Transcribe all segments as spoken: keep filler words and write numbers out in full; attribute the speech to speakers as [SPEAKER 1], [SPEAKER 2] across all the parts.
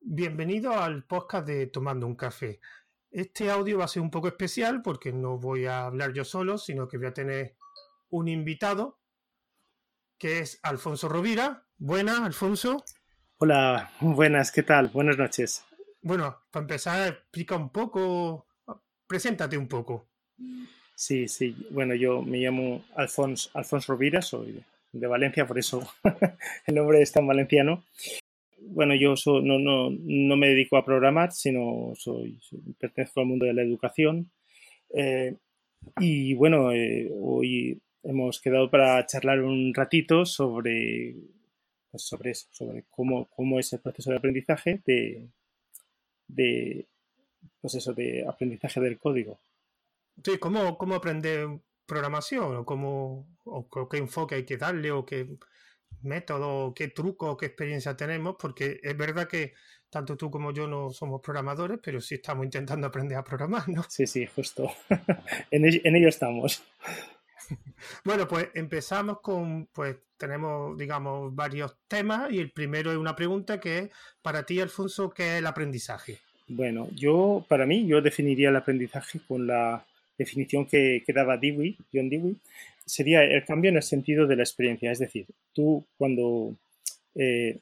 [SPEAKER 1] Bienvenido al podcast de Tomando un Café. Este audio va a ser un poco especial porque no voy a hablar yo solo, sino que voy a tener un invitado que es Alfonso Rovira. Buenas, Alfonso.
[SPEAKER 2] Hola, buenas, ¿qué tal? Buenas noches.
[SPEAKER 1] Bueno, para empezar, explica un poco, preséntate un poco.
[SPEAKER 2] Sí, sí, bueno, yo me llamo Alfonso, Alfonso Rovira, soy de Valencia, por eso el nombre es tan valenciano. Bueno, yo so- no, no, no me dedico a programar, sino soy, soy- pertenezco al mundo de la educación. Eh, y bueno, eh, hoy hemos quedado para charlar un ratito sobre, pues sobre eso, sobre cómo, cómo es el proceso de aprendizaje de, de, pues eso, de aprendizaje del código.
[SPEAKER 1] Sí, ¿cómo, cómo aprender programación? ¿O, cómo, o, o qué enfoque hay que darle? ¿O qué método, qué truco, qué experiencia tenemos? Porque es verdad que tanto tú como yo no somos programadores, pero sí estamos intentando aprender a programar, ¿no?
[SPEAKER 2] Sí, sí, justo. En ello, en ello estamos.
[SPEAKER 1] Bueno, pues empezamos con, pues tenemos, digamos, varios temas y el primero es una pregunta que es, para ti, Alfonso, ¿qué es el aprendizaje?
[SPEAKER 2] Bueno, yo, para mí, yo definiría el aprendizaje con la definición que, que daba Dewey, John Dewey. Sería el cambio en el sentido de la experiencia. Es decir, tú cuando eh,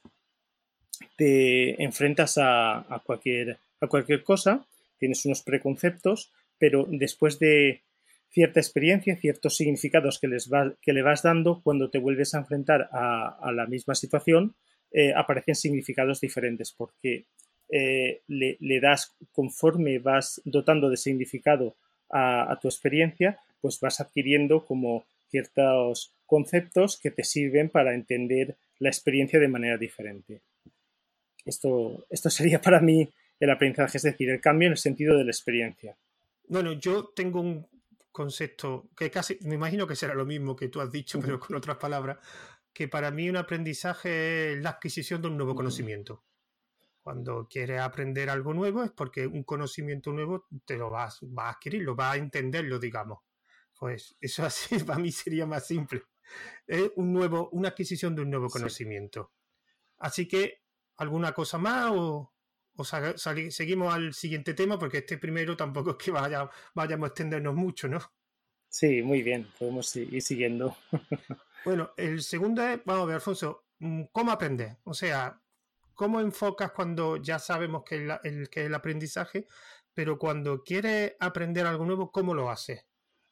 [SPEAKER 2] te enfrentas a, a cualquier, a cualquier cosa, tienes unos preconceptos, pero después de cierta experiencia, ciertos significados que, les va, que le vas dando, cuando te vuelves a enfrentar a, a la misma situación, eh, aparecen significados diferentes, porque eh, le, le, das, conforme vas dotando de significado a, a tu experiencia, pues vas adquiriendo como ciertos conceptos que te sirven para entender la experiencia de manera diferente. Esto, esto sería para mí el aprendizaje, es decir, el cambio en el sentido de la experiencia.
[SPEAKER 1] Bueno, yo tengo un concepto que casi, me imagino que será lo mismo que tú has dicho,
[SPEAKER 2] Uh -huh.
[SPEAKER 1] pero con otras palabras, que para mí un aprendizaje es la adquisición de un nuevo
[SPEAKER 2] Uh -huh.
[SPEAKER 1] conocimiento. Cuando quieres aprender algo nuevo es porque un conocimiento nuevo te lo vas, vas a adquirir, lo vas a entenderlo, digamos. Pues eso así para mí sería más simple. Es un nuevo, una adquisición de un nuevo
[SPEAKER 2] Sí.
[SPEAKER 1] conocimiento. Así que, ¿alguna cosa más o, o sal, sal, seguimos al siguiente tema? Porque este primero tampoco es que vaya, vayamos a extendernos mucho, ¿no?
[SPEAKER 2] Sí, muy bien, podemos ir siguiendo.
[SPEAKER 1] Bueno, el segundo es, vamos a ver, Alfonso, ¿cómo aprender? O sea, ¿cómo enfocas cuando ya sabemos que el, el, que el aprendizaje, pero cuando quieres aprender algo nuevo, ¿cómo lo haces?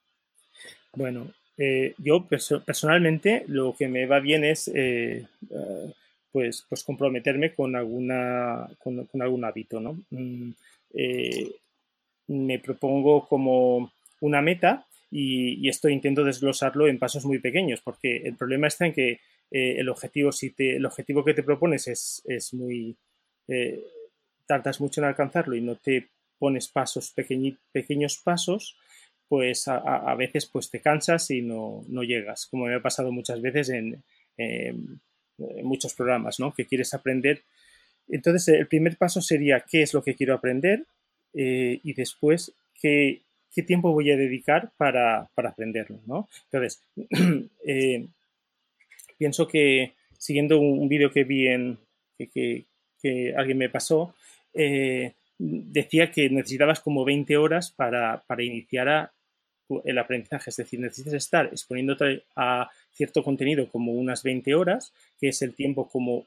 [SPEAKER 2] Bueno, eh, yo perso personalmente lo que me va bien es eh, uh, pues, pues comprometerme con, alguna, con, con algún hábito, ¿no? Mm, eh, me propongo como una meta y, y, esto intento desglosarlo en pasos muy pequeños, porque el problema está en que eh, el, objetivo, si te, el objetivo que te propones es, es muy... Eh, tardas mucho en alcanzarlo y no te pones pasos, pequeñi, pequeños pasos, pues a, a, veces pues te cansas y no, no, llegas, como me ha pasado muchas veces en, eh, en muchos programas, ¿no? Que quieres aprender. Entonces, el primer paso sería qué es lo que quiero aprender eh, y después qué, qué, tiempo voy a dedicar para, para aprenderlo, ¿no? Entonces, eh, pienso que siguiendo un, un vídeo que vi en que, que, que, alguien me pasó, eh, decía que necesitabas como veinte horas para, para iniciar a, el aprendizaje, es decir, necesitas estar exponiéndote a cierto contenido como unas veinte horas, que es el tiempo como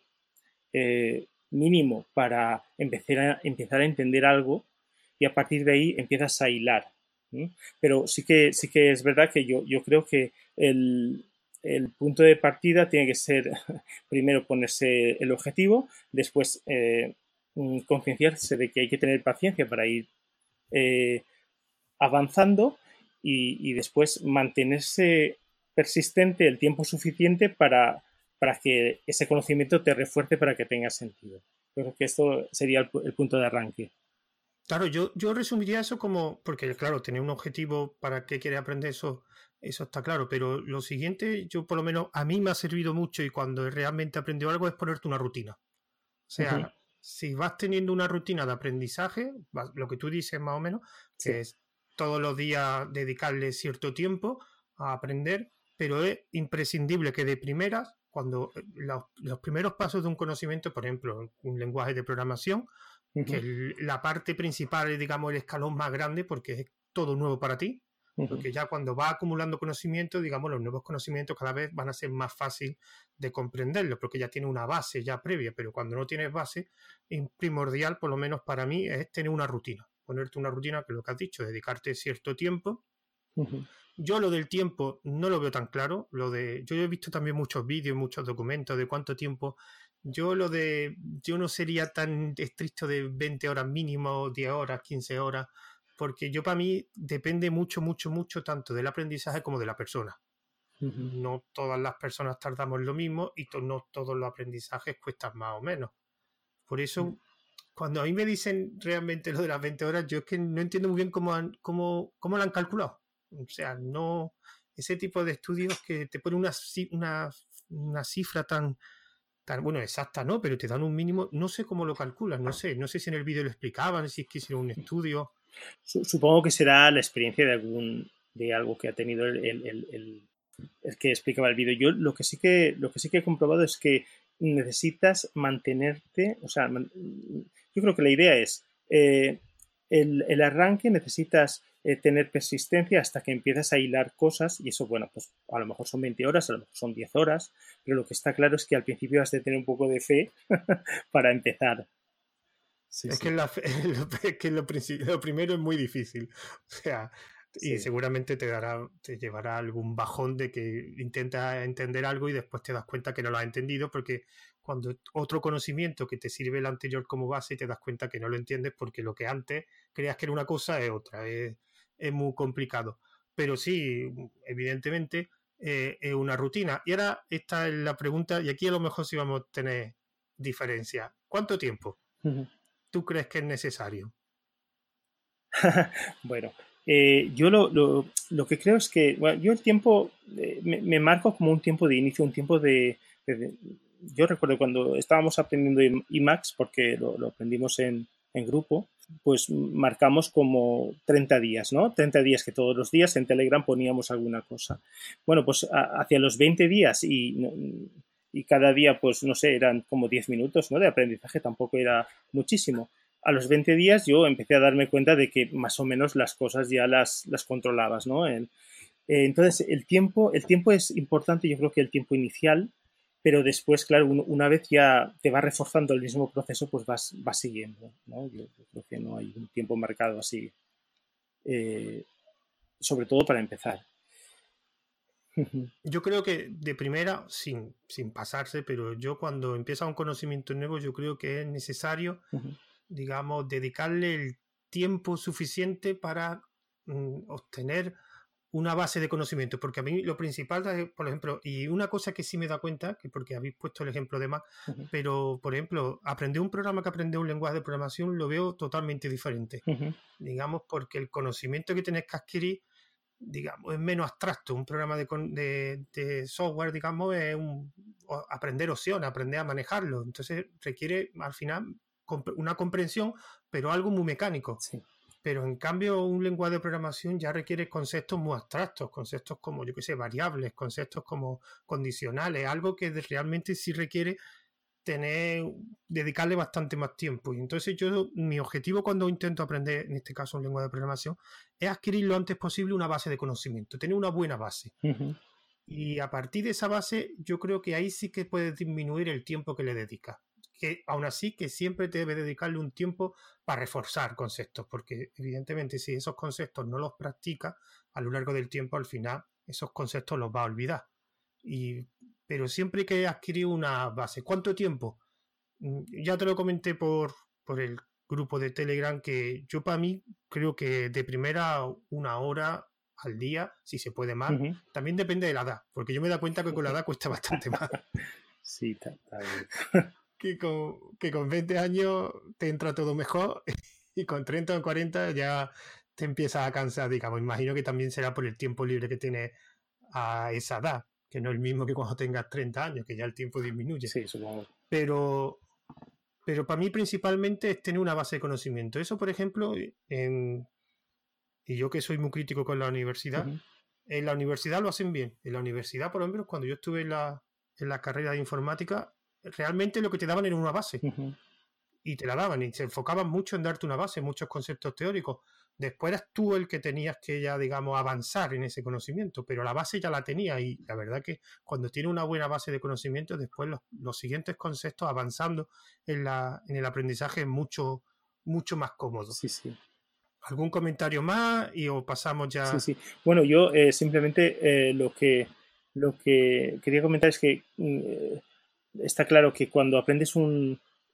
[SPEAKER 2] eh, mínimo para empezar a, empezar a entender algo y a partir de ahí empiezas a hilar. ¿sí? Pero sí que, sí que es verdad que yo, yo creo que el, el punto de partida tiene que ser primero ponerse el objetivo, después eh, concienciarse de que hay que tener paciencia para ir eh, avanzando y, y, después mantenerse persistente el tiempo suficiente para, para que ese conocimiento te refuerce para que tenga sentido. Creo que esto sería el, el punto de arranque.
[SPEAKER 1] Claro, yo, yo resumiría eso como, porque claro, tener un objetivo para qué quiere aprender eso, eso está claro, pero lo siguiente, yo por lo menos a mí me ha servido mucho y cuando realmente aprendió algo es ponerte una rutina. O
[SPEAKER 2] Uh -huh.
[SPEAKER 1] sea, si vas teniendo una rutina de aprendizaje, lo que tú dices más o menos,
[SPEAKER 2] Sí.
[SPEAKER 1] que es todos los días dedicarle cierto tiempo a aprender, pero es imprescindible que de primeras cuando los, los primeros pasos de un conocimiento, por ejemplo, un lenguaje de programación,
[SPEAKER 2] uh-huh.
[SPEAKER 1] que el, la parte principal es, digamos, el escalón más grande porque es todo nuevo para ti, uh-huh. porque ya cuando vas acumulando conocimiento, digamos, los nuevos conocimientos cada vez van a ser más fácil de comprenderlos, porque ya tiene una base ya previa, pero cuando no tienes base, es primordial, por lo menos para mí, es tener una rutina, ponerte una rutina, que es lo que has dicho, dedicarte cierto tiempo. Uh-huh. Yo lo del tiempo no lo veo tan claro, lo de yo he visto también muchos vídeos, muchos documentos de cuánto tiempo. Yo lo de yo no sería tan estricto de veinte horas mínimo, diez horas, quince horas, porque yo para mí depende mucho, mucho, mucho tanto del aprendizaje como de la persona. Uh-huh. No todas las personas tardamos lo mismo y to- no todos los aprendizajes cuestan más o menos. Por eso, uh-huh. cuando a mí me dicen realmente lo de las veinte horas, yo es que no entiendo muy bien cómo, han, cómo, cómo lo han calculado. O sea, no ese tipo de estudios que te ponen una, una, una cifra tan, tan, bueno, exacta, ¿no? Pero te dan un mínimo, no sé cómo lo calculan, no sé, no sé si en el vídeo lo explicaban, si es que hicieron un estudio.
[SPEAKER 2] Supongo que será la experiencia de algún, de algo que ha tenido el, el, el, el, el que explicaba el vídeo. Yo lo que sí que, lo que sí que he comprobado es que necesitas mantenerte, o sea, man, yo creo que la idea es eh, el, el arranque necesitas eh, tener persistencia hasta que empiezas a hilar cosas y eso, bueno, pues a lo mejor son veinte horas, a lo mejor son diez horas, pero lo que está claro es que al principio has de tener un poco de fe para empezar.
[SPEAKER 1] Sí, es, sí. Que la, lo, que lo, lo primero es muy difícil, o sea, sí. Y seguramente te dará, te llevará algún bajón de que intentas entender algo y después te das cuenta que no lo has entendido, porque cuando otro conocimiento que te sirve el anterior como base te das cuenta que no lo entiendes porque lo que antes creías que era una cosa es otra, es, es muy complicado. Pero sí, evidentemente eh, es una rutina. Y ahora esta es la pregunta, y aquí a lo mejor sí vamos a tener diferencia. ¿Cuánto tiempo uh-huh. tú crees que es necesario?
[SPEAKER 2] Bueno, eh, yo lo, lo, lo que creo es que, bueno, yo el tiempo eh, me, me marco como un tiempo de inicio, un tiempo de, de, de yo recuerdo cuando estábamos aprendiendo Emacs, porque lo, lo aprendimos en, en grupo, pues marcamos como treinta días, ¿no? treinta días que todos los días en Telegram poníamos alguna cosa. Bueno, pues a, hacia los veinte días y, y cada día, pues no sé, eran como diez minutos, ¿no? De aprendizaje, tampoco era muchísimo. A los veinte días yo empecé a darme cuenta de que más o menos las cosas ya las, las controlabas, ¿no? El, eh, entonces, el tiempo, el tiempo es importante, yo creo que el tiempo inicial, pero después, claro, un, una vez ya te va reforzando el mismo proceso, pues vas, vas siguiendo, ¿no? Yo, yo creo que no hay un tiempo marcado así, eh, sobre todo para empezar.
[SPEAKER 1] Yo creo que de primera, sin, sin pasarse, pero yo cuando empieza un conocimiento nuevo, yo creo que es necesario, uh-huh. digamos, dedicarle el tiempo suficiente para mm, obtener una base de conocimiento, porque a mí lo principal, es, por ejemplo, y una cosa que sí me da cuenta, que porque habéis puesto el ejemplo de más, uh-huh. pero, por ejemplo, aprender un programa que aprender un lenguaje de programación lo veo totalmente diferente, uh-huh. digamos, porque el conocimiento que tienes que adquirir, digamos, es menos abstracto. Un programa de, de, de software, digamos, es un, aprender opciones, aprender a manejarlo. Entonces requiere, al final, una comprensión, pero algo muy mecánico.
[SPEAKER 2] Sí.
[SPEAKER 1] Pero en cambio, un lenguaje de programación ya requiere conceptos muy abstractos, conceptos como, yo qué sé, variables, conceptos como condicionales, algo que realmente sí requiere tener, dedicarle bastante más tiempo. Y entonces yo, mi objetivo cuando intento aprender, en este caso un lenguaje de programación, es adquirir lo antes posible una base de conocimiento, tener una buena base. Uh-huh. Y a partir de esa base, yo creo que ahí sí que puedes disminuir el tiempo que le dedicas. Que aún así que siempre te debe dedicarle un tiempo para reforzar conceptos, porque evidentemente si esos conceptos no los practicas a lo largo del tiempo, al final esos conceptos los vas a olvidar. Y, pero siempre hay que adquirir una base. ¿Cuánto tiempo? Ya te lo comenté por, por el grupo de Telegram, que yo para mí creo que de primera una hora al día, si se puede más. Uh-huh. También depende de la edad, porque yo me he dado cuenta que con la edad cuesta bastante más.
[SPEAKER 2] Sí, está, está bien.
[SPEAKER 1] Que con, que con veinte años te entra todo mejor y con treinta o cuarenta ya te empiezas a cansar, digamos. Imagino que también será por el tiempo libre que tienes a esa edad, que no es el mismo que cuando tengas treinta años, que ya el tiempo disminuye.
[SPEAKER 2] Sí, supongo.
[SPEAKER 1] Pero, pero para mí principalmente es tener una base de conocimiento. Eso, por ejemplo, en, y yo que soy muy crítico con la universidad, uh-huh. en la universidad lo hacen bien. En la universidad, por ejemplo, cuando yo estuve en la en la carrera de informática, realmente lo que te daban era una base.
[SPEAKER 2] Uh-huh.
[SPEAKER 1] Y te la daban y se enfocaban mucho en darte una base, muchos conceptos teóricos. Después eras tú el que tenías que ya, digamos, avanzar en ese conocimiento, pero la base ya la tenía y la verdad que cuando tiene una buena base de conocimiento, después los, los siguientes conceptos avanzando en, la, en el aprendizaje es mucho, mucho más cómodo.
[SPEAKER 2] Sí, sí.
[SPEAKER 1] ¿Algún comentario más y o pasamos ya?
[SPEAKER 2] Sí, sí. Bueno, yo eh, simplemente eh, lo que lo que quería comentar es que eh, está claro que cuando aprendes un,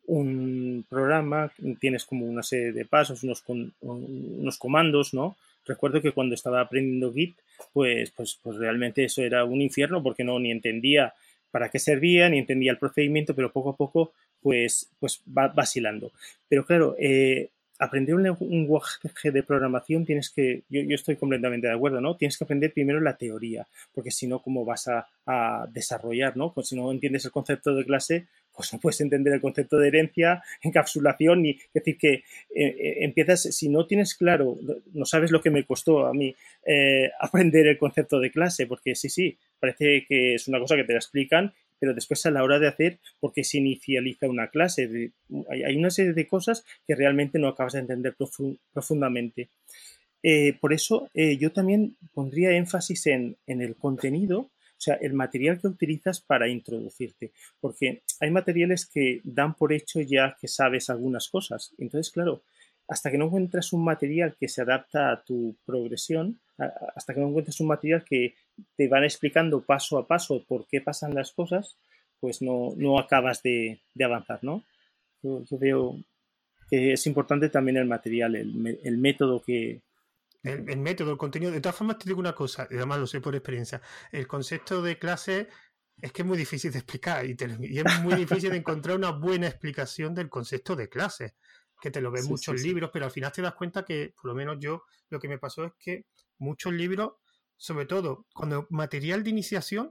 [SPEAKER 2] un programa tienes como una serie de pasos, unos, con, unos comandos, ¿no? Recuerdo que cuando estaba aprendiendo Git, pues, pues, pues realmente eso era un infierno porque no ni entendía para qué servía, ni entendía el procedimiento, pero poco a poco pues, pues va vacilando. Pero claro, eh, aprender un lenguaje de programación tienes que, yo, yo, estoy completamente de acuerdo, ¿no? Tienes que aprender primero la teoría, porque si no, ¿cómo vas a, a desarrollar, ¿no? Pues si no entiendes el concepto de clase, pues no puedes entender el concepto de herencia, encapsulación, ni, es decir, que eh, empiezas, si no tienes claro, no sabes lo que me costó a mí eh, aprender el concepto de clase, porque sí, sí, parece que es una cosa que te la explican, pero después a la hora de hacer, ¿por qué se inicializa una clase? Hay una serie de cosas que realmente no acabas de entender profundamente. Eh, por eso eh, yo también pondría énfasis en, en el contenido, o sea, el material que utilizas para introducirte, porque hay materiales que dan por hecho ya que sabes algunas cosas. Entonces, claro, hasta que no encuentras un material que se adapta a tu progresión, hasta que no encuentres un material que te van explicando paso a paso por qué pasan las cosas, pues no, no acabas de, de avanzar, ¿no? Yo, yo, veo que es importante también el material, el, el método que...
[SPEAKER 1] El, el método, el contenido. De todas formas, te digo una cosa, y además lo sé por experiencia. El concepto de clase es que es muy difícil de explicar y, te, y es muy difícil de encontrar una buena explicación del concepto de clase, que te lo ven sí, muchos sí, libros, sí. Pero al final te das cuenta que, por lo menos yo, lo que me pasó es que muchos libros, sobre todo cuando material de iniciación,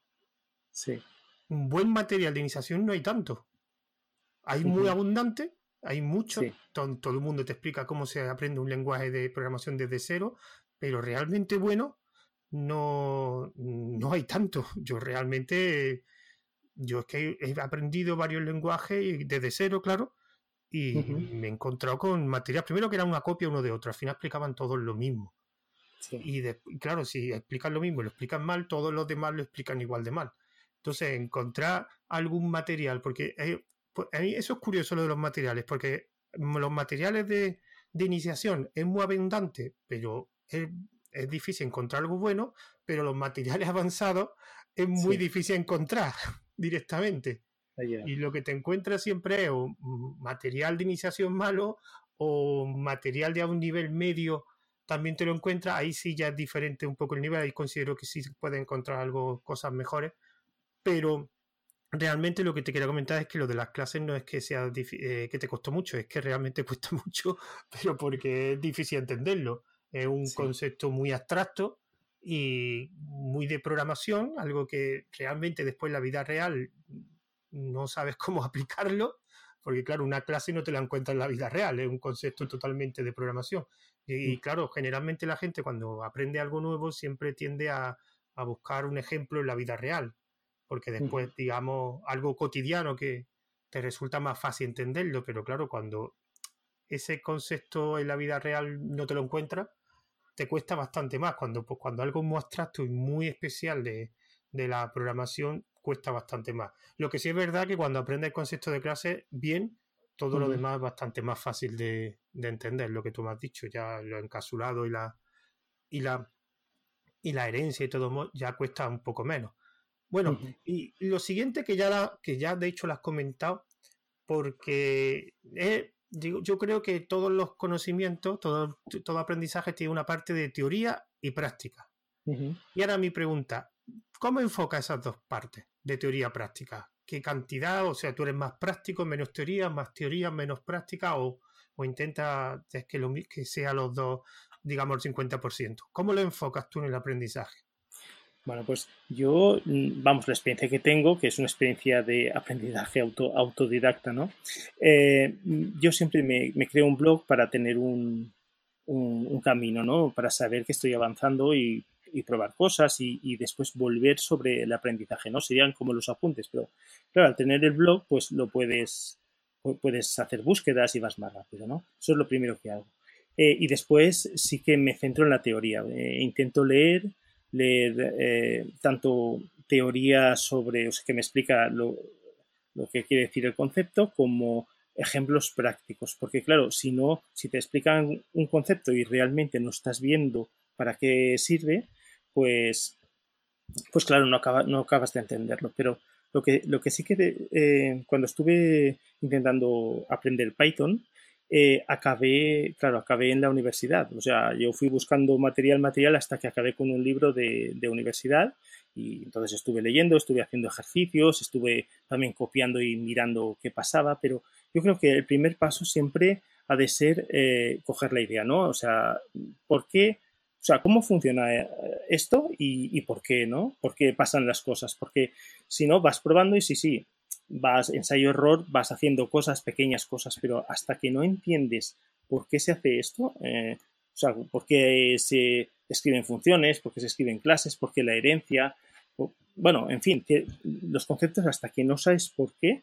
[SPEAKER 2] sí.
[SPEAKER 1] un buen material de iniciación no hay tanto. Hay uh-huh. muy abundante, hay mucho, sí. todo, todo el mundo te explica cómo se aprende un lenguaje de programación desde cero, pero realmente bueno no, no hay tanto. Yo realmente, yo es que he aprendido varios lenguajes desde cero, claro, y uh-huh. me he encontrado con material, primero que era una copia uno de otro, al final explicaban todos lo mismo. Sí. Y de, claro, si explican lo mismo y lo explican mal, todos los demás lo explican igual de mal. Entonces, encontrar algún material, porque hay, pues, a mí eso es curioso lo de los materiales, porque los materiales de, de iniciación es muy abundante, pero es, es difícil encontrar algo bueno, pero los materiales avanzados es muy sí. difícil encontrar directamente. Yeah. Y lo que te encuentras siempre es o material de iniciación malo o material de a un nivel medio también te lo encuentras, ahí sí ya es diferente un poco el nivel, ahí considero que sí se puede encontrar algo, cosas mejores, pero realmente lo que te quería comentar es que lo de las clases no es que sea eh, que te costó mucho, es que realmente cuesta mucho, pero porque es difícil entenderlo, es un sí. concepto muy abstracto y muy de programación, algo que realmente después en la vida real no sabes cómo aplicarlo, porque claro, una clase no te la encuentras en la vida real, es un concepto totalmente de programación. Y, y claro, generalmente la gente cuando aprende algo nuevo siempre tiende a, a buscar un ejemplo en la vida real, porque después, digamos, algo cotidiano que te resulta más fácil entenderlo, pero claro, cuando ese concepto en la vida real no te lo encuentras, te cuesta bastante más. Cuando, pues, cuando algo muy abstracto y muy especial de, de la programación cuesta bastante más. Lo que sí es verdad que cuando aprendes el concepto de clase bien, todo uh-huh. lo demás es bastante más fácil de, de entender, lo que tú me has dicho, ya lo encapsulado y la y la y la herencia y todo ya cuesta un poco menos. Bueno, uh-huh. y lo siguiente que ya la, que ya de hecho lo has comentado, porque es, digo, yo creo que todos los conocimientos, todo, todo aprendizaje tiene una parte de teoría y práctica. Uh-huh. Y ahora mi pregunta, ¿cómo enfoca esas dos partes de teoría y práctica? ¿Qué cantidad? O sea, ¿tú eres más práctico, menos teoría, más teoría, menos práctica? ¿O, o intenta que, lo, que sea los dos, digamos, el cincuenta por ciento? ¿Cómo lo enfocas tú en el aprendizaje?
[SPEAKER 2] Bueno, pues yo, vamos, la experiencia que tengo, que es una experiencia de aprendizaje auto, autodidacta, ¿no? Eh, yo siempre me, me creo un blog para tener un, un, un camino, ¿no? Para saber que estoy avanzando y y probar cosas y, y después volver sobre el aprendizaje, ¿no? Serían como los apuntes, pero claro, al tener el blog, pues lo puedes, puedes hacer búsquedas y vas más rápido, ¿no? Eso es lo primero que hago. Eh, y después sí que me centro en la teoría. Eh, intento leer, leer eh, tanto teoría sobre, o sea, que me explica lo, lo que quiere decir el concepto, como ejemplos prácticos. Porque claro, si no, si te explican un concepto y realmente no estás viendo para qué sirve, pues, pues claro, no, acaba, no acabas de entenderlo. Pero lo que, lo que sí que eh, cuando estuve intentando aprender Python, eh, acabé, claro, acabé en la universidad. O sea, yo fui buscando material, material hasta que acabé con un libro de, de universidad y entonces estuve leyendo, estuve haciendo ejercicios, estuve también copiando y mirando qué pasaba, pero yo creo que el primer paso siempre ha de ser eh, coger la idea, ¿no? O sea, ¿por qué? O sea, ¿cómo funciona esto y, y por qué, ¿no? ¿Por qué pasan las cosas? Porque si no, vas probando y sí, sí, vas ensayo-error, vas haciendo cosas, pequeñas cosas, pero hasta que no entiendes por qué se hace esto, eh, o sea, por qué se escriben funciones, por qué se escriben clases, por qué la herencia, o, bueno, en fin, que los conceptos hasta que no sabes por qué,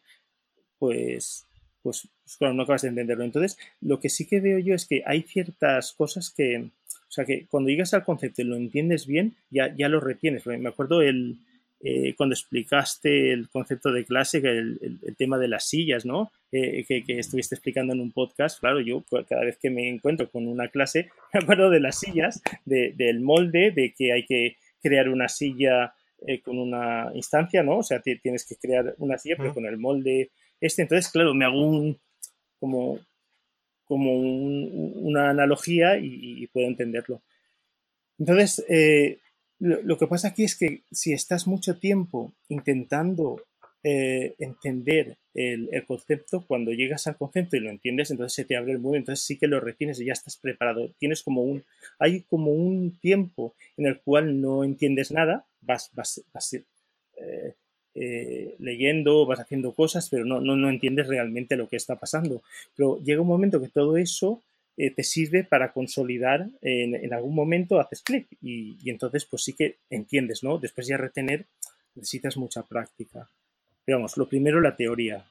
[SPEAKER 2] pues, pues, pues, claro, no acabas de entenderlo. Entonces, lo que sí que veo yo es que hay ciertas cosas que, o sea, que cuando llegas al concepto y lo entiendes bien, ya, ya lo retienes. Me acuerdo el, eh, cuando explicaste el concepto de clase, el, el, el tema de las sillas, ¿no? Eh, que, que, estuviste explicando en un podcast. Claro, yo cada vez que me encuentro con una clase, me acuerdo de las sillas, de, del molde, de que hay que crear una silla eh, con una instancia, ¿no? O sea, tienes que crear una silla, pero con el molde este. Entonces, claro, me hago un, como, como un, una analogía y, y, puedo entenderlo. Entonces, eh, lo, lo que pasa aquí es que si estás mucho tiempo intentando eh, entender el, el, concepto, cuando llegas al concepto y lo entiendes, entonces se te abre el mundo, entonces sí que lo retienes y ya estás preparado. Tienes como un, hay como un tiempo en el cual no entiendes nada, vas, vas, vas eh, eh, leyendo, vas haciendo cosas, pero no, no, no entiendes realmente lo que está pasando. Pero llega un momento que todo eso eh, te sirve para consolidar, en, en algún momento haces clic y, y entonces pues sí que entiendes, ¿no? Después ya retener necesitas mucha práctica. Pero vamos, lo primero la teoría.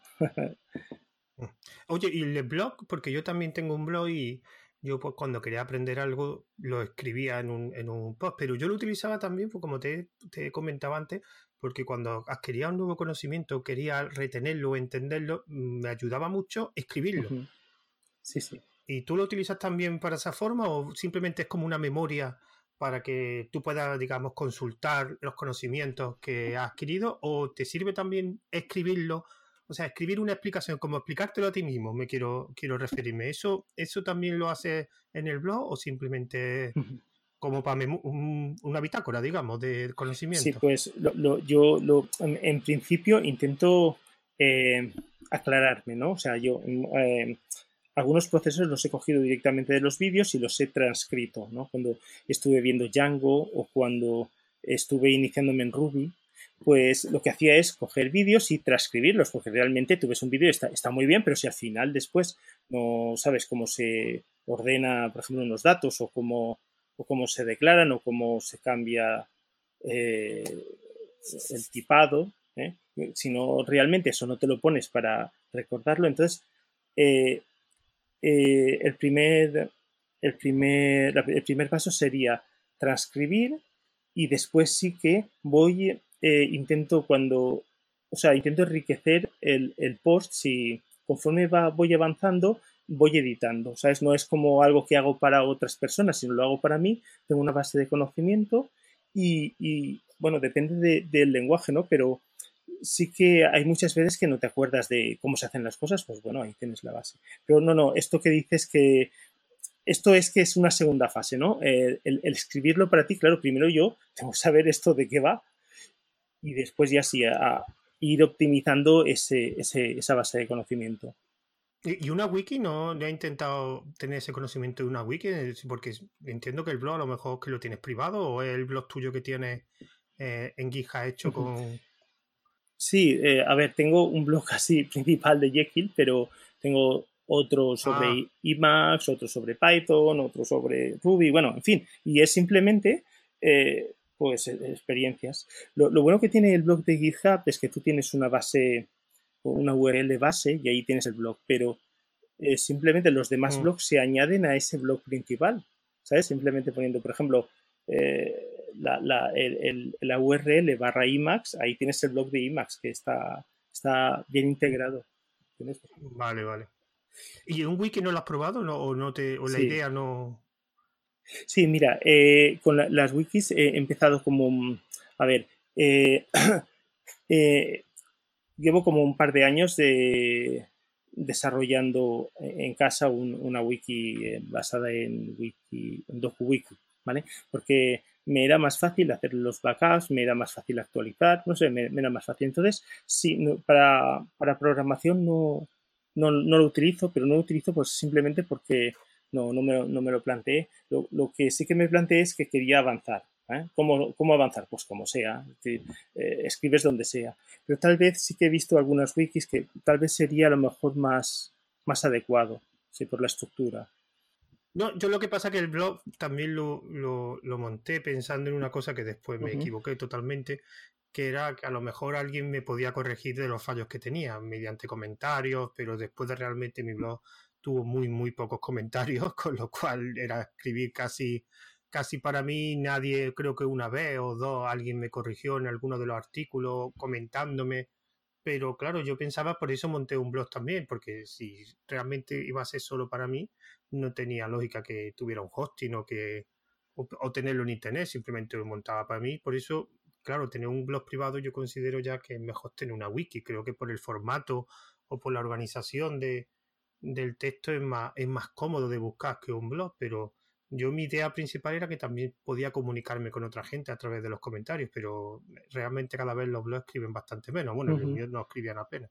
[SPEAKER 1] Oye, ¿y el blog? Porque yo también tengo un blog y yo pues cuando quería aprender algo lo escribía en un, en un post, pero yo lo utilizaba también, pues, como te, te comentaba antes, porque cuando adquiría un nuevo conocimiento, quería retenerlo, entenderlo, me ayudaba mucho escribirlo.
[SPEAKER 2] Uh-huh. Sí, sí.
[SPEAKER 1] ¿Y tú lo utilizas también para esa forma o simplemente es como una memoria para que tú puedas, digamos, consultar los conocimientos que has adquirido, o te sirve también escribirlo? O sea, escribir una explicación, como explicártelo a ti mismo, me quiero, quiero referirme. ¿Eso, ¿Eso también lo haces en el blog o simplemente uh-huh. como para un, una bitácora, digamos, de conocimiento?
[SPEAKER 2] Sí, pues lo, lo, yo lo, en, en, principio intento eh, aclararme, ¿no? O sea, yo... Eh, algunos procesos los he cogido directamente de los vídeos y los he transcrito, ¿no? Cuando estuve viendo Django o cuando estuve iniciándome en Ruby, pues lo que hacía es coger vídeos y transcribirlos, porque realmente tú ves un vídeo y está, está muy bien, pero si al final después no sabes cómo se ordena, por ejemplo, unos datos o cómo, o cómo se declaran o cómo se cambia eh, el tipado, ¿eh? Si no realmente eso no te lo pones para recordarlo, entonces eh, Eh, el, primer, el, primer, el primer paso sería transcribir y después sí que voy, eh, intento cuando, o sea, intento enriquecer el, el post si conforme va, voy avanzando, voy editando, ¿sabes? No es como algo que hago para otras personas, sino lo hago para mí, tengo una base de conocimiento y, y bueno, depende de, del lenguaje, ¿no? Pero sí que hay muchas veces que no te acuerdas de cómo se hacen las cosas, pues bueno, ahí tienes la base. Pero no, no, esto que dices que esto es que es una segunda fase, ¿no? El, el, el escribirlo para ti, claro, primero yo tengo que saber esto de qué va y después ya sí a, a ir optimizando ese, ese, esa base de conocimiento.
[SPEAKER 1] ¿Y una wiki? ¿No, ¿No he intentado tener ese conocimiento de una wiki? Porque entiendo que el blog a lo mejor que lo tienes privado o es el blog tuyo que tienes eh, en GitHub hecho uh-huh. con...
[SPEAKER 2] Sí, eh, a ver, tengo un blog así principal de Jekyll, pero tengo otro sobre ah. Emacs, otro sobre Python, otro sobre Ruby, bueno, en fin, y es simplemente eh, pues eh, experiencias. Lo, lo bueno que tiene el blog de GitHub es que tú tienes una base o una U R L base y ahí tienes el blog, pero eh, simplemente los demás
[SPEAKER 1] Mm,
[SPEAKER 2] blogs se añaden a ese blog principal, ¿sabes? Simplemente poniendo, por ejemplo, eh, la, la, el, el, la U R L barra Emacs, ahí tienes el blog de Emacs que está, está bien integrado. ¿Tienes?
[SPEAKER 1] vale, vale. ¿Y un wiki no lo has probado no, o, no te, o la
[SPEAKER 2] Sí,
[SPEAKER 1] idea no?
[SPEAKER 2] sí, mira, eh, con la, las wikis he empezado como, mm, a ver, eh, eh, llevo como un par de años de, desarrollando en casa un, una wiki eh, basada en, wiki, en DokuWiki, ¿vale? Porque me era más fácil hacer los backups, me era más fácil actualizar, no sé, me, me era más fácil. Entonces, sí, no, para, para programación no, no, no, lo utilizo, pero no lo utilizo pues simplemente porque no, no, me, no me lo planteé. Lo, lo, que sí que me planteé es que quería avanzar. ¿eh? ¿Cómo, ¿Cómo avanzar? Pues como sea. Es decir, eh, escribes donde sea. Pero tal vez sí que he visto algunas wikis que tal vez sería a lo mejor más, más adecuado, sí, por la estructura.
[SPEAKER 1] No, yo lo que pasa es que el blog también lo, lo, lo monté pensando en una cosa que después
[SPEAKER 2] Uh
[SPEAKER 1] me
[SPEAKER 2] -huh.
[SPEAKER 1] equivoqué totalmente, que era que a lo mejor alguien me podía corregir de los fallos que tenía mediante comentarios, pero después de realmente mi blog tuvo muy, muy pocos comentarios, con lo cual era escribir casi, casi para mí, nadie, creo que una vez o dos, alguien me corrigió en alguno de los artículos comentándome, pero claro, yo pensaba, por eso monté un blog también, porque si realmente iba a ser solo para mí, no tenía lógica que tuviera un hosting o que o, o tenerlo en internet, simplemente lo montaba para mí. Por eso, claro, tener un blog privado yo considero ya que es mejor tener una wiki. Creo que por el formato o por la organización de, del texto es más, es más cómodo de buscar que un blog, pero yo mi idea principal era que también podía comunicarme con otra gente a través de los comentarios, pero realmente cada vez los blogs escriben bastante menos. Bueno,
[SPEAKER 2] Uh
[SPEAKER 1] en el
[SPEAKER 2] -huh.
[SPEAKER 1] mío no escribían apenas.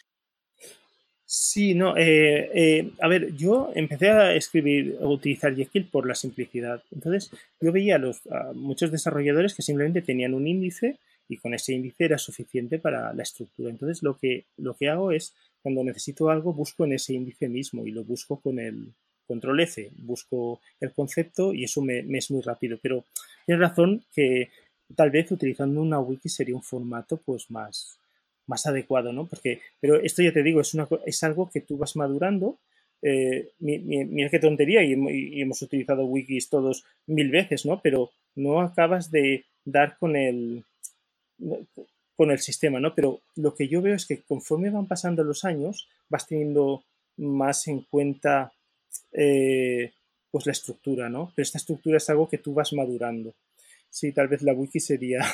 [SPEAKER 2] Sí, no, eh, eh, a ver, yo empecé a escribir o utilizar Jekyll por la simplicidad. Entonces, yo veía a, los, a muchos desarrolladores que simplemente tenían un índice y con ese índice era suficiente para la estructura. Entonces, lo que, lo que hago es, cuando necesito algo, busco en ese índice mismo y lo busco con el control F, busco el concepto y eso me, me es muy rápido. Pero tienes razón que tal vez utilizando una wiki sería un formato pues más, más adecuado, ¿no? Porque, pero esto ya te digo, es, una, es algo que tú vas madurando. Eh, mira qué tontería, y, y, hemos utilizado wikis todos mil veces, ¿no? Pero no acabas de dar con el, con el sistema, ¿no? Pero lo que yo veo es que conforme van pasando los años, vas teniendo más en cuenta eh, pues la estructura, ¿no? Pero esta estructura es algo que tú vas madurando. Sí, tal vez la wiki sería,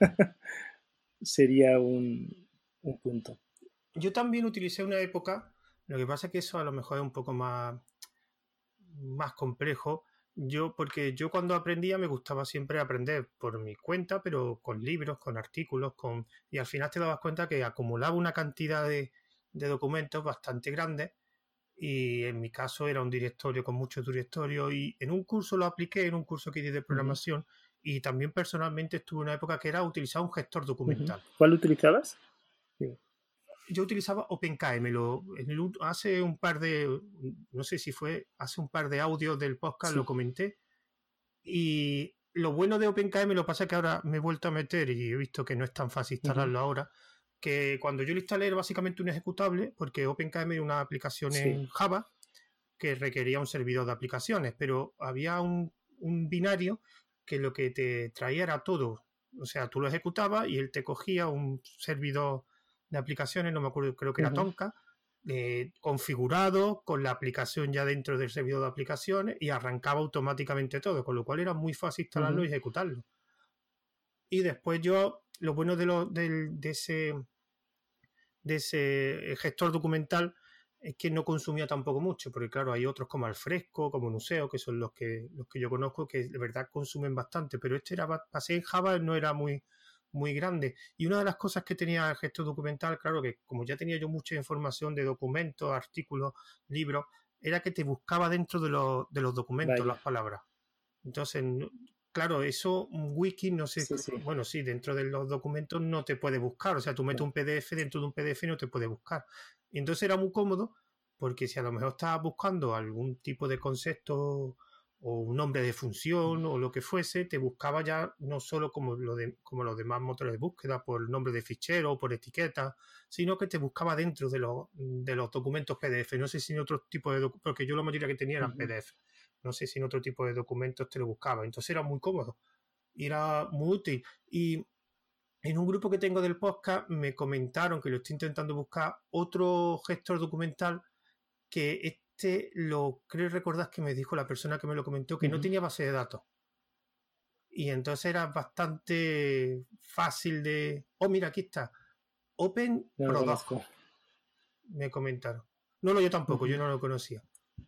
[SPEAKER 2] sería un, un punto.
[SPEAKER 1] Yo también utilicé una época, lo que pasa es que eso a lo mejor es un poco más, más complejo. Yo, porque yo cuando aprendía me gustaba siempre aprender por mi cuenta, pero con libros, con artículos, con y al final te dabas cuenta que acumulaba una cantidad de, de documentos bastante grande y en mi caso era un directorio con muchos directorios y en un curso lo apliqué, en un curso que di de
[SPEAKER 2] Uh -huh.
[SPEAKER 1] programación y también personalmente estuve en una época que era utilizar un gestor
[SPEAKER 2] Uh -huh.
[SPEAKER 1] documental.
[SPEAKER 2] ¿Cuál utilizabas? Sí.
[SPEAKER 1] Yo utilizaba OpenKM, lo, en el, hace un par de, no sé si fue, hace un par de audios del podcast lo
[SPEAKER 2] Sí.
[SPEAKER 1] comenté y lo bueno de OpenKM lo pasa que ahora me he vuelto a meter y he visto que no es tan fácil
[SPEAKER 2] Uh -huh.
[SPEAKER 1] instalarlo ahora, que cuando yo lo instalé era básicamente un ejecutable porque OpenKM era una aplicación
[SPEAKER 2] Sí.
[SPEAKER 1] en Java que requería un servidor de aplicaciones, pero había un, un binario que lo que te traía era todo. O sea, tú lo ejecutabas y él te cogía un servidor de aplicaciones, no me acuerdo, creo que
[SPEAKER 2] Uh
[SPEAKER 1] era
[SPEAKER 2] -huh.
[SPEAKER 1] Tonka, eh, configurado con la aplicación ya dentro del servidor de aplicaciones y arrancaba automáticamente todo, con lo cual era muy fácil
[SPEAKER 2] Uh
[SPEAKER 1] instalarlo
[SPEAKER 2] -huh.
[SPEAKER 1] y ejecutarlo. Y después yo, lo bueno de, lo, de, de ese de ese gestor documental es que no consumía tampoco mucho, porque claro, hay otros como Alfresco, como Nuseo, que son los que, los que yo conozco, que de verdad consumen bastante, pero este era, pasé en Java, no era muy, muy grande. Y una de las cosas que tenía el gestor documental, claro, que como ya tenía yo mucha información de documentos, artículos, libros, era que te buscaba dentro de los, de los documentos las
[SPEAKER 2] Vaya.
[SPEAKER 1] palabras. Entonces, claro, eso un wiki, no sé,
[SPEAKER 2] Sí, sí.
[SPEAKER 1] bueno, sí, dentro de los documentos no te puede buscar, o sea, tú metes
[SPEAKER 2] No.
[SPEAKER 1] un P D F dentro de un P D F y no te puede buscar. Y entonces era muy cómodo porque si a lo mejor estabas buscando algún tipo de concepto o un nombre de función o lo que fuese, te buscaba ya no solo como, lo de, como los demás motores de búsqueda por nombre de fichero o por etiqueta, sino que te buscaba dentro de los, de los documentos P D F. No sé si en otro tipo de documentos, porque yo la mayoría que tenía eran
[SPEAKER 2] Ujú.
[SPEAKER 1] P D F. No sé si en otro tipo de documentos te lo buscaba. Entonces era muy cómodo y era muy útil. Y en un grupo que tengo del podcast me comentaron, que lo estoy intentando buscar, otro gestor documental que este lo creo recordar que me dijo la persona que me lo comentó que no
[SPEAKER 2] Ujú.
[SPEAKER 1] tenía base de datos. Y entonces era bastante fácil de... Oh, mira, aquí está. Open
[SPEAKER 2] No lo
[SPEAKER 1] Prodoc,
[SPEAKER 2] conozco.
[SPEAKER 1] me comentaron. No, no, yo tampoco, yo
[SPEAKER 2] Ujú.
[SPEAKER 1] no lo conocía.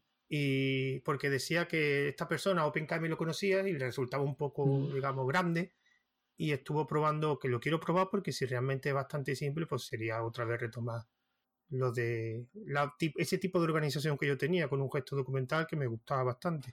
[SPEAKER 1] Y porque decía que esta persona, OpenKM, lo conocía y le resultaba un poco,
[SPEAKER 2] Ujú.
[SPEAKER 1] digamos, grande. Y estuvo probando, que lo quiero probar porque si realmente es bastante simple, pues sería otra vez retomar lo de la, ese tipo de organización que yo tenía con un gesto documental que me gustaba bastante.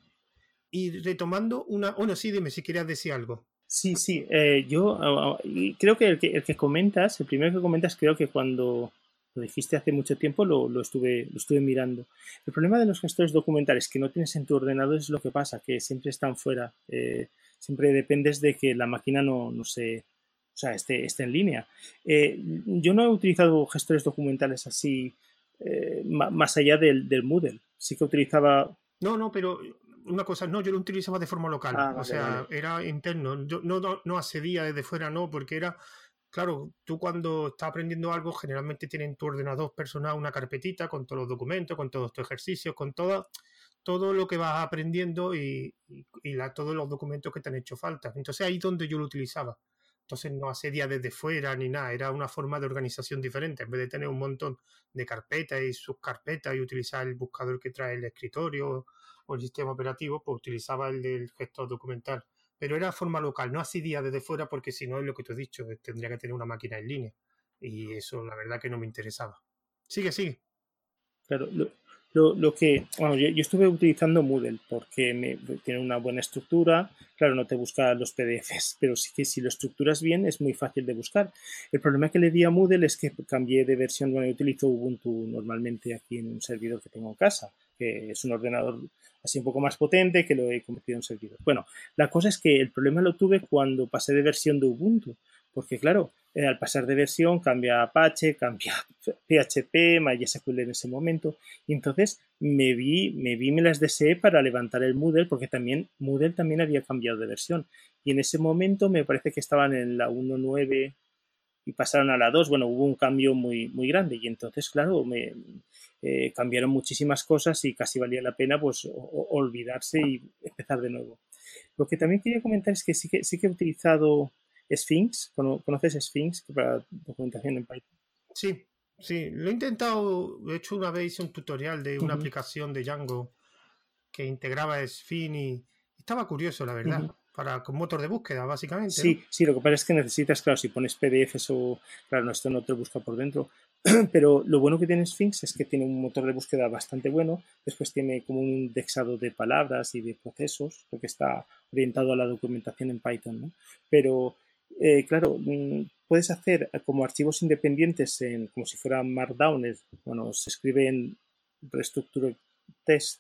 [SPEAKER 1] Y retomando una... Bueno, sí, dime si querías decir algo.
[SPEAKER 2] Sí, sí. eh, yo ah, ah, y creo que el, que el que comentas, el primero que comentas, creo que cuando lo dijiste hace mucho tiempo lo, lo estuve, lo estuve mirando. El problema de los gestores documentales que no tienes en tu ordenador es lo que pasa, que siempre están fuera. eh, siempre dependes de que la máquina no, no se, o sea, esté, esté en línea. Eh, yo no he utilizado gestores documentales así eh, ma- más allá del, del Moodle. Sí que utilizaba...
[SPEAKER 1] No, no, pero una cosa, no, yo lo utilizaba de forma local,
[SPEAKER 2] Ah,
[SPEAKER 1] o
[SPEAKER 2] vale,
[SPEAKER 1] sea,
[SPEAKER 2] vale.
[SPEAKER 1] era interno, yo no, no, no accedía desde fuera, no, porque era, claro, tú cuando estás aprendiendo algo, generalmente tienes en tu ordenador personal una carpetita con todos los documentos, con todos tus ejercicios, con todo, todo lo que vas aprendiendo y, y, y la, todos los documentos que te han hecho falta. Entonces ahí es donde yo lo utilizaba. Entonces no accedía desde fuera ni nada, era una forma de organización diferente. En vez de tener un montón de carpetas y subcarpetas y utilizar el buscador que trae el escritorio o el sistema operativo, pues utilizaba el del gestor documental. Pero era de forma local, no accedía desde fuera porque si no es lo que te he dicho, tendría que tener una máquina en línea. Y eso la verdad que no me interesaba. Sigue, sigue.
[SPEAKER 2] Claro, lo, lo, lo que, bueno, yo, yo, estuve utilizando Moodle porque me, tiene una buena estructura, claro, no te busca los P D Fs, pero sí que si lo estructuras bien es muy fácil de buscar. El problema que le di a Moodle es que cambié de versión, bueno, yo utilizo Ubuntu normalmente aquí en un servidor que tengo en casa, que es un ordenador así un poco más potente que lo he convertido en servidor. Bueno, la cosa es que el problema lo tuve cuando pasé de versión de Ubuntu, porque claro, eh, al pasar de versión cambia Apache, cambia P H P, MySQL en ese momento, y entonces me vi, me vi, me las deseé para levantar el Moodle, porque también Moodle también había cambiado de versión, y en ese momento me parece que estaban en la uno punto nueve y pasaron a la dos, bueno, hubo un cambio muy, muy grande, y entonces, claro, me eh, cambiaron muchísimas cosas y casi valía la pena pues o, olvidarse y empezar de nuevo. Lo que también quería comentar es que sí que, sí que he utilizado Sphinx. ¿Conoces Sphinx para documentación en Python?
[SPEAKER 1] Sí, sí, lo he intentado, de hecho una vez hice un tutorial de
[SPEAKER 2] Uh
[SPEAKER 1] una
[SPEAKER 2] -huh,
[SPEAKER 1] aplicación de Django que integraba Sphinx y estaba curioso, la
[SPEAKER 2] uh
[SPEAKER 1] verdad,
[SPEAKER 2] -huh.
[SPEAKER 1] para con motor de búsqueda, básicamente, ¿no?
[SPEAKER 2] Sí, sí, lo que pasa es que necesitas, claro, si pones P D Fs o, claro, esto no te lo busca por dentro, pero lo bueno que tiene Sphinx es que tiene un motor de búsqueda bastante bueno, después tiene como un indexado de palabras y de procesos, porque está orientado a la documentación en Python, ¿no? Pero, eh, claro, puedes hacer como archivos independientes en, como si fuera Markdown, es, bueno, se escribe en Restructured Text.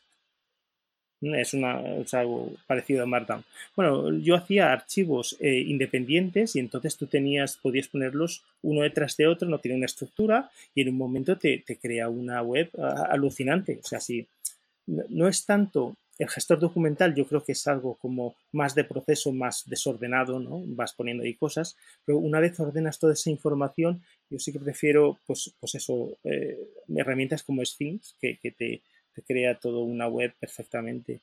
[SPEAKER 2] Es, una, es algo parecido a Markdown. Bueno, yo hacía archivos eh, independientes y entonces tú tenías, podías ponerlos uno detrás de otro, no tiene una estructura y en un momento te, te crea una web uh, alucinante. O sea, si no, no es tanto el gestor documental, yo creo que es algo como más de proceso, más desordenado, ¿no? Vas poniendo ahí cosas, pero una vez ordenas toda esa información, yo sí que prefiero, pues, pues eso, eh, herramientas como Sphinx, que, que te, te crea toda una web perfectamente.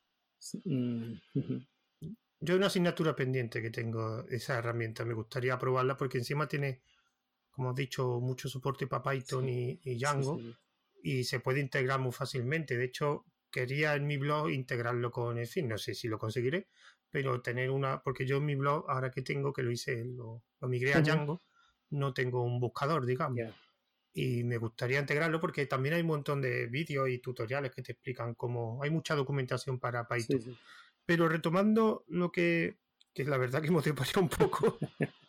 [SPEAKER 2] Mm, uh-huh.
[SPEAKER 1] Yo hay una asignatura pendiente que tengo esa herramienta, me gustaría probarla porque encima tiene, como he dicho, mucho soporte para Python
[SPEAKER 2] Sí,
[SPEAKER 1] y, y
[SPEAKER 2] sí,
[SPEAKER 1] Django
[SPEAKER 2] sí.
[SPEAKER 1] y se puede integrar muy fácilmente. De hecho, quería en mi blog integrarlo con, en fin, no sé si lo conseguiré, pero tener una, porque yo en mi blog, ahora que tengo, que lo hice, lo, lo migré a
[SPEAKER 2] Uh-huh.
[SPEAKER 1] Django, no tengo un buscador, digamos.
[SPEAKER 2] Yeah.
[SPEAKER 1] Y me gustaría integrarlo porque también hay un montón de vídeos y tutoriales que te explican cómo, hay mucha documentación para
[SPEAKER 2] Sí,
[SPEAKER 1] Python.
[SPEAKER 2] sí.
[SPEAKER 1] Pero retomando lo que, que la verdad que me treparía un poco,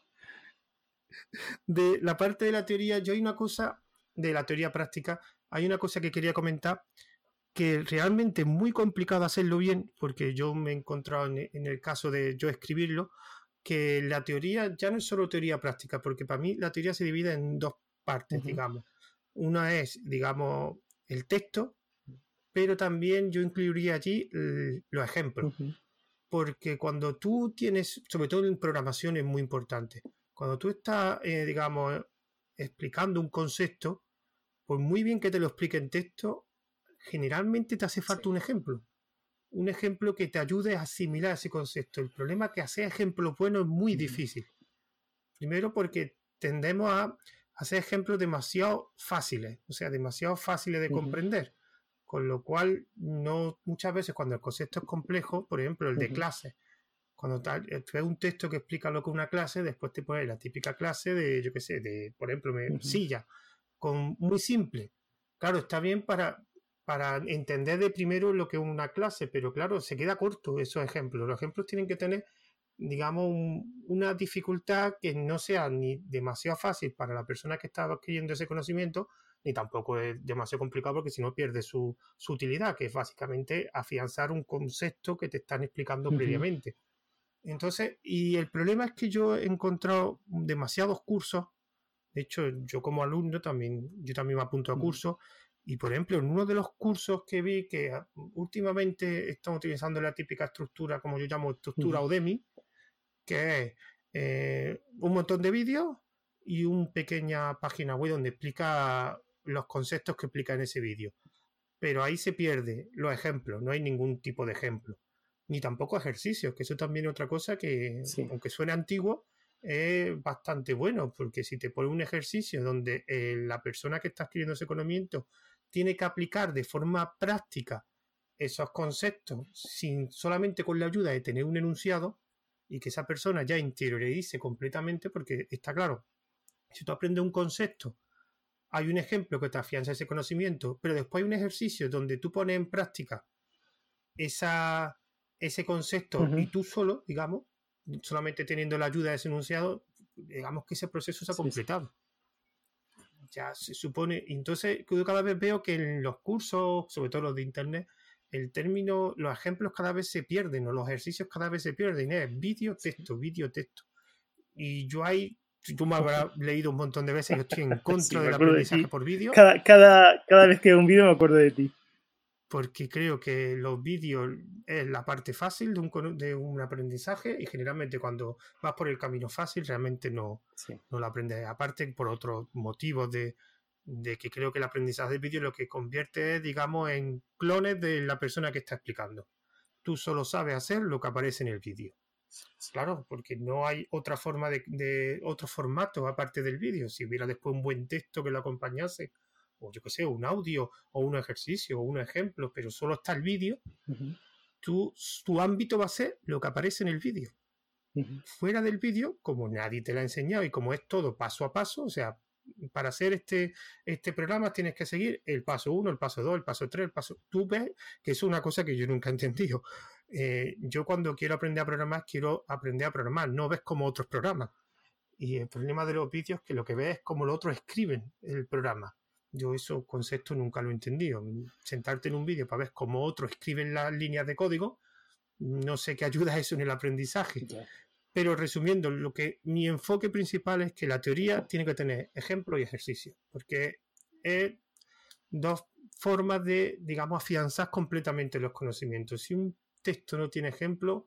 [SPEAKER 1] de la parte de la teoría, yo hay una cosa, de la teoría práctica, hay una cosa que quería comentar que realmente es muy complicado hacerlo bien, porque yo me he encontrado en, en el caso de yo escribirlo, que la teoría ya no es solo teoría práctica, porque para mí la teoría se divide en dos partes,
[SPEAKER 2] Ujú.
[SPEAKER 1] digamos. Una es, digamos, el texto, pero también yo incluiría allí l- los ejemplos,
[SPEAKER 2] Ujú.
[SPEAKER 1] porque cuando tú tienes, sobre todo en programación es muy importante, cuando tú estás, eh, digamos, explicando un concepto, pues muy bien que te lo explique en texto, generalmente te hace
[SPEAKER 2] Sí.
[SPEAKER 1] falta un ejemplo. Un ejemplo que te ayude a asimilar ese concepto. El problema es que hacer ejemplos buenos es muy
[SPEAKER 2] Ujú.
[SPEAKER 1] difícil. Primero porque tendemos a hacer ejemplos demasiado fáciles, o sea, demasiado fáciles de
[SPEAKER 2] Ujú.
[SPEAKER 1] comprender. Con lo cual, no muchas veces cuando el concepto es complejo, por ejemplo, el de
[SPEAKER 2] Ujú.
[SPEAKER 1] clases, cuando tal, tú ves un texto que explica lo que es una clase, después te pone la típica clase de, yo qué sé, de, por ejemplo, me,
[SPEAKER 2] Ujú.
[SPEAKER 1] silla, con muy simple. Claro, está bien para, para entender de primero lo que es una clase, pero claro, se queda corto esos ejemplos. Los ejemplos tienen que tener, digamos, un, una dificultad que no sea ni demasiado fácil para la persona que está adquiriendo ese conocimiento, ni tampoco es demasiado complicado porque si no pierde su, su utilidad, que es básicamente afianzar un concepto que te están explicando
[SPEAKER 2] Ujú.
[SPEAKER 1] previamente. Entonces, y el problema es que yo he encontrado demasiados cursos. De hecho, yo como alumno también, yo también me apunto a
[SPEAKER 2] Ujú.
[SPEAKER 1] cursos. Y por ejemplo, en uno de los cursos que vi que ah, últimamente están utilizando la típica estructura, como yo llamo estructura
[SPEAKER 2] Ujú.
[SPEAKER 1] Udemy, que es eh, un montón de vídeos y una pequeña página web donde explica los conceptos que explica en ese vídeo. Pero ahí se pierde los ejemplos, no hay ningún tipo de ejemplo. Ni tampoco ejercicios, que eso también es otra cosa que,
[SPEAKER 2] Sí.
[SPEAKER 1] aunque suene antiguo, es bastante bueno, porque si te pone un ejercicio donde eh, la persona que está escribiendo ese conocimiento tiene que aplicar de forma práctica esos conceptos sin solamente con la ayuda de tener un enunciado y que esa persona ya interiorice completamente, porque está claro, si tú aprendes un concepto, hay un ejemplo que te afianza ese conocimiento, pero después hay un ejercicio donde tú pones en práctica esa, ese concepto
[SPEAKER 2] Ujú.
[SPEAKER 1] y tú solo, digamos, solamente teniendo la ayuda de ese enunciado, digamos que ese proceso se ha
[SPEAKER 2] Sí, sí.
[SPEAKER 1] completado. Ya se supone, entonces yo cada vez veo que en los cursos, sobre todo los de internet, el término, los ejemplos cada vez se pierden o los ejercicios cada vez se pierden. Es vídeo,
[SPEAKER 2] Sí.
[SPEAKER 1] texto, vídeo, texto. Y yo ahí, tú me habrás leído un montón de veces, yo estoy en
[SPEAKER 2] Sí,
[SPEAKER 1] contra
[SPEAKER 2] me
[SPEAKER 1] del
[SPEAKER 2] acuerdo de
[SPEAKER 1] aprendizaje
[SPEAKER 2] ti.
[SPEAKER 1] por vídeo
[SPEAKER 2] Cada, cada, cada vez que veo un vídeo me acuerdo de ti.
[SPEAKER 1] porque creo que los vídeos es la parte fácil de un, de un aprendizaje y generalmente cuando vas por el camino fácil realmente no,
[SPEAKER 2] Sí.
[SPEAKER 1] no lo aprendes. Aparte por otros motivos de, de que creo que el aprendizaje del vídeo lo que convierte es, digamos, en clones de la persona que está explicando. Tú solo sabes hacer lo que aparece en el vídeo. Claro, porque no hay otra forma de, de otro formato aparte del vídeo. Si hubiera después un buen texto que lo acompañase, o yo qué sé, un audio, o un ejercicio, o un ejemplo, pero solo está el vídeo,
[SPEAKER 2] Ujú.
[SPEAKER 1] tu, tu ámbito va a ser lo que aparece en el vídeo.
[SPEAKER 2] Ujú.
[SPEAKER 1] Fuera del vídeo, como nadie te lo ha enseñado y como es todo paso a paso, o sea, para hacer este, este programa tienes que seguir el paso uno, el paso dos, el paso tres, el paso... Tú ves que es una cosa que yo nunca he entendido. Eh, yo cuando quiero aprender a programar, quiero aprender a programar, no ves como otros programas. Y el problema de los vídeos es que lo que ves es como los otros escriben el programa. Yo esos conceptos nunca lo he entendido. Sentarte en un vídeo para ver cómo otros escriben las líneas de código, no sé qué ayuda eso en el aprendizaje.
[SPEAKER 2] Ya.
[SPEAKER 1] Pero resumiendo, lo que mi enfoque principal es que la teoría tiene que tener ejemplo y ejercicio, porque es dos formas de, digamos, afianzar completamente los conocimientos. Si un texto no tiene ejemplo,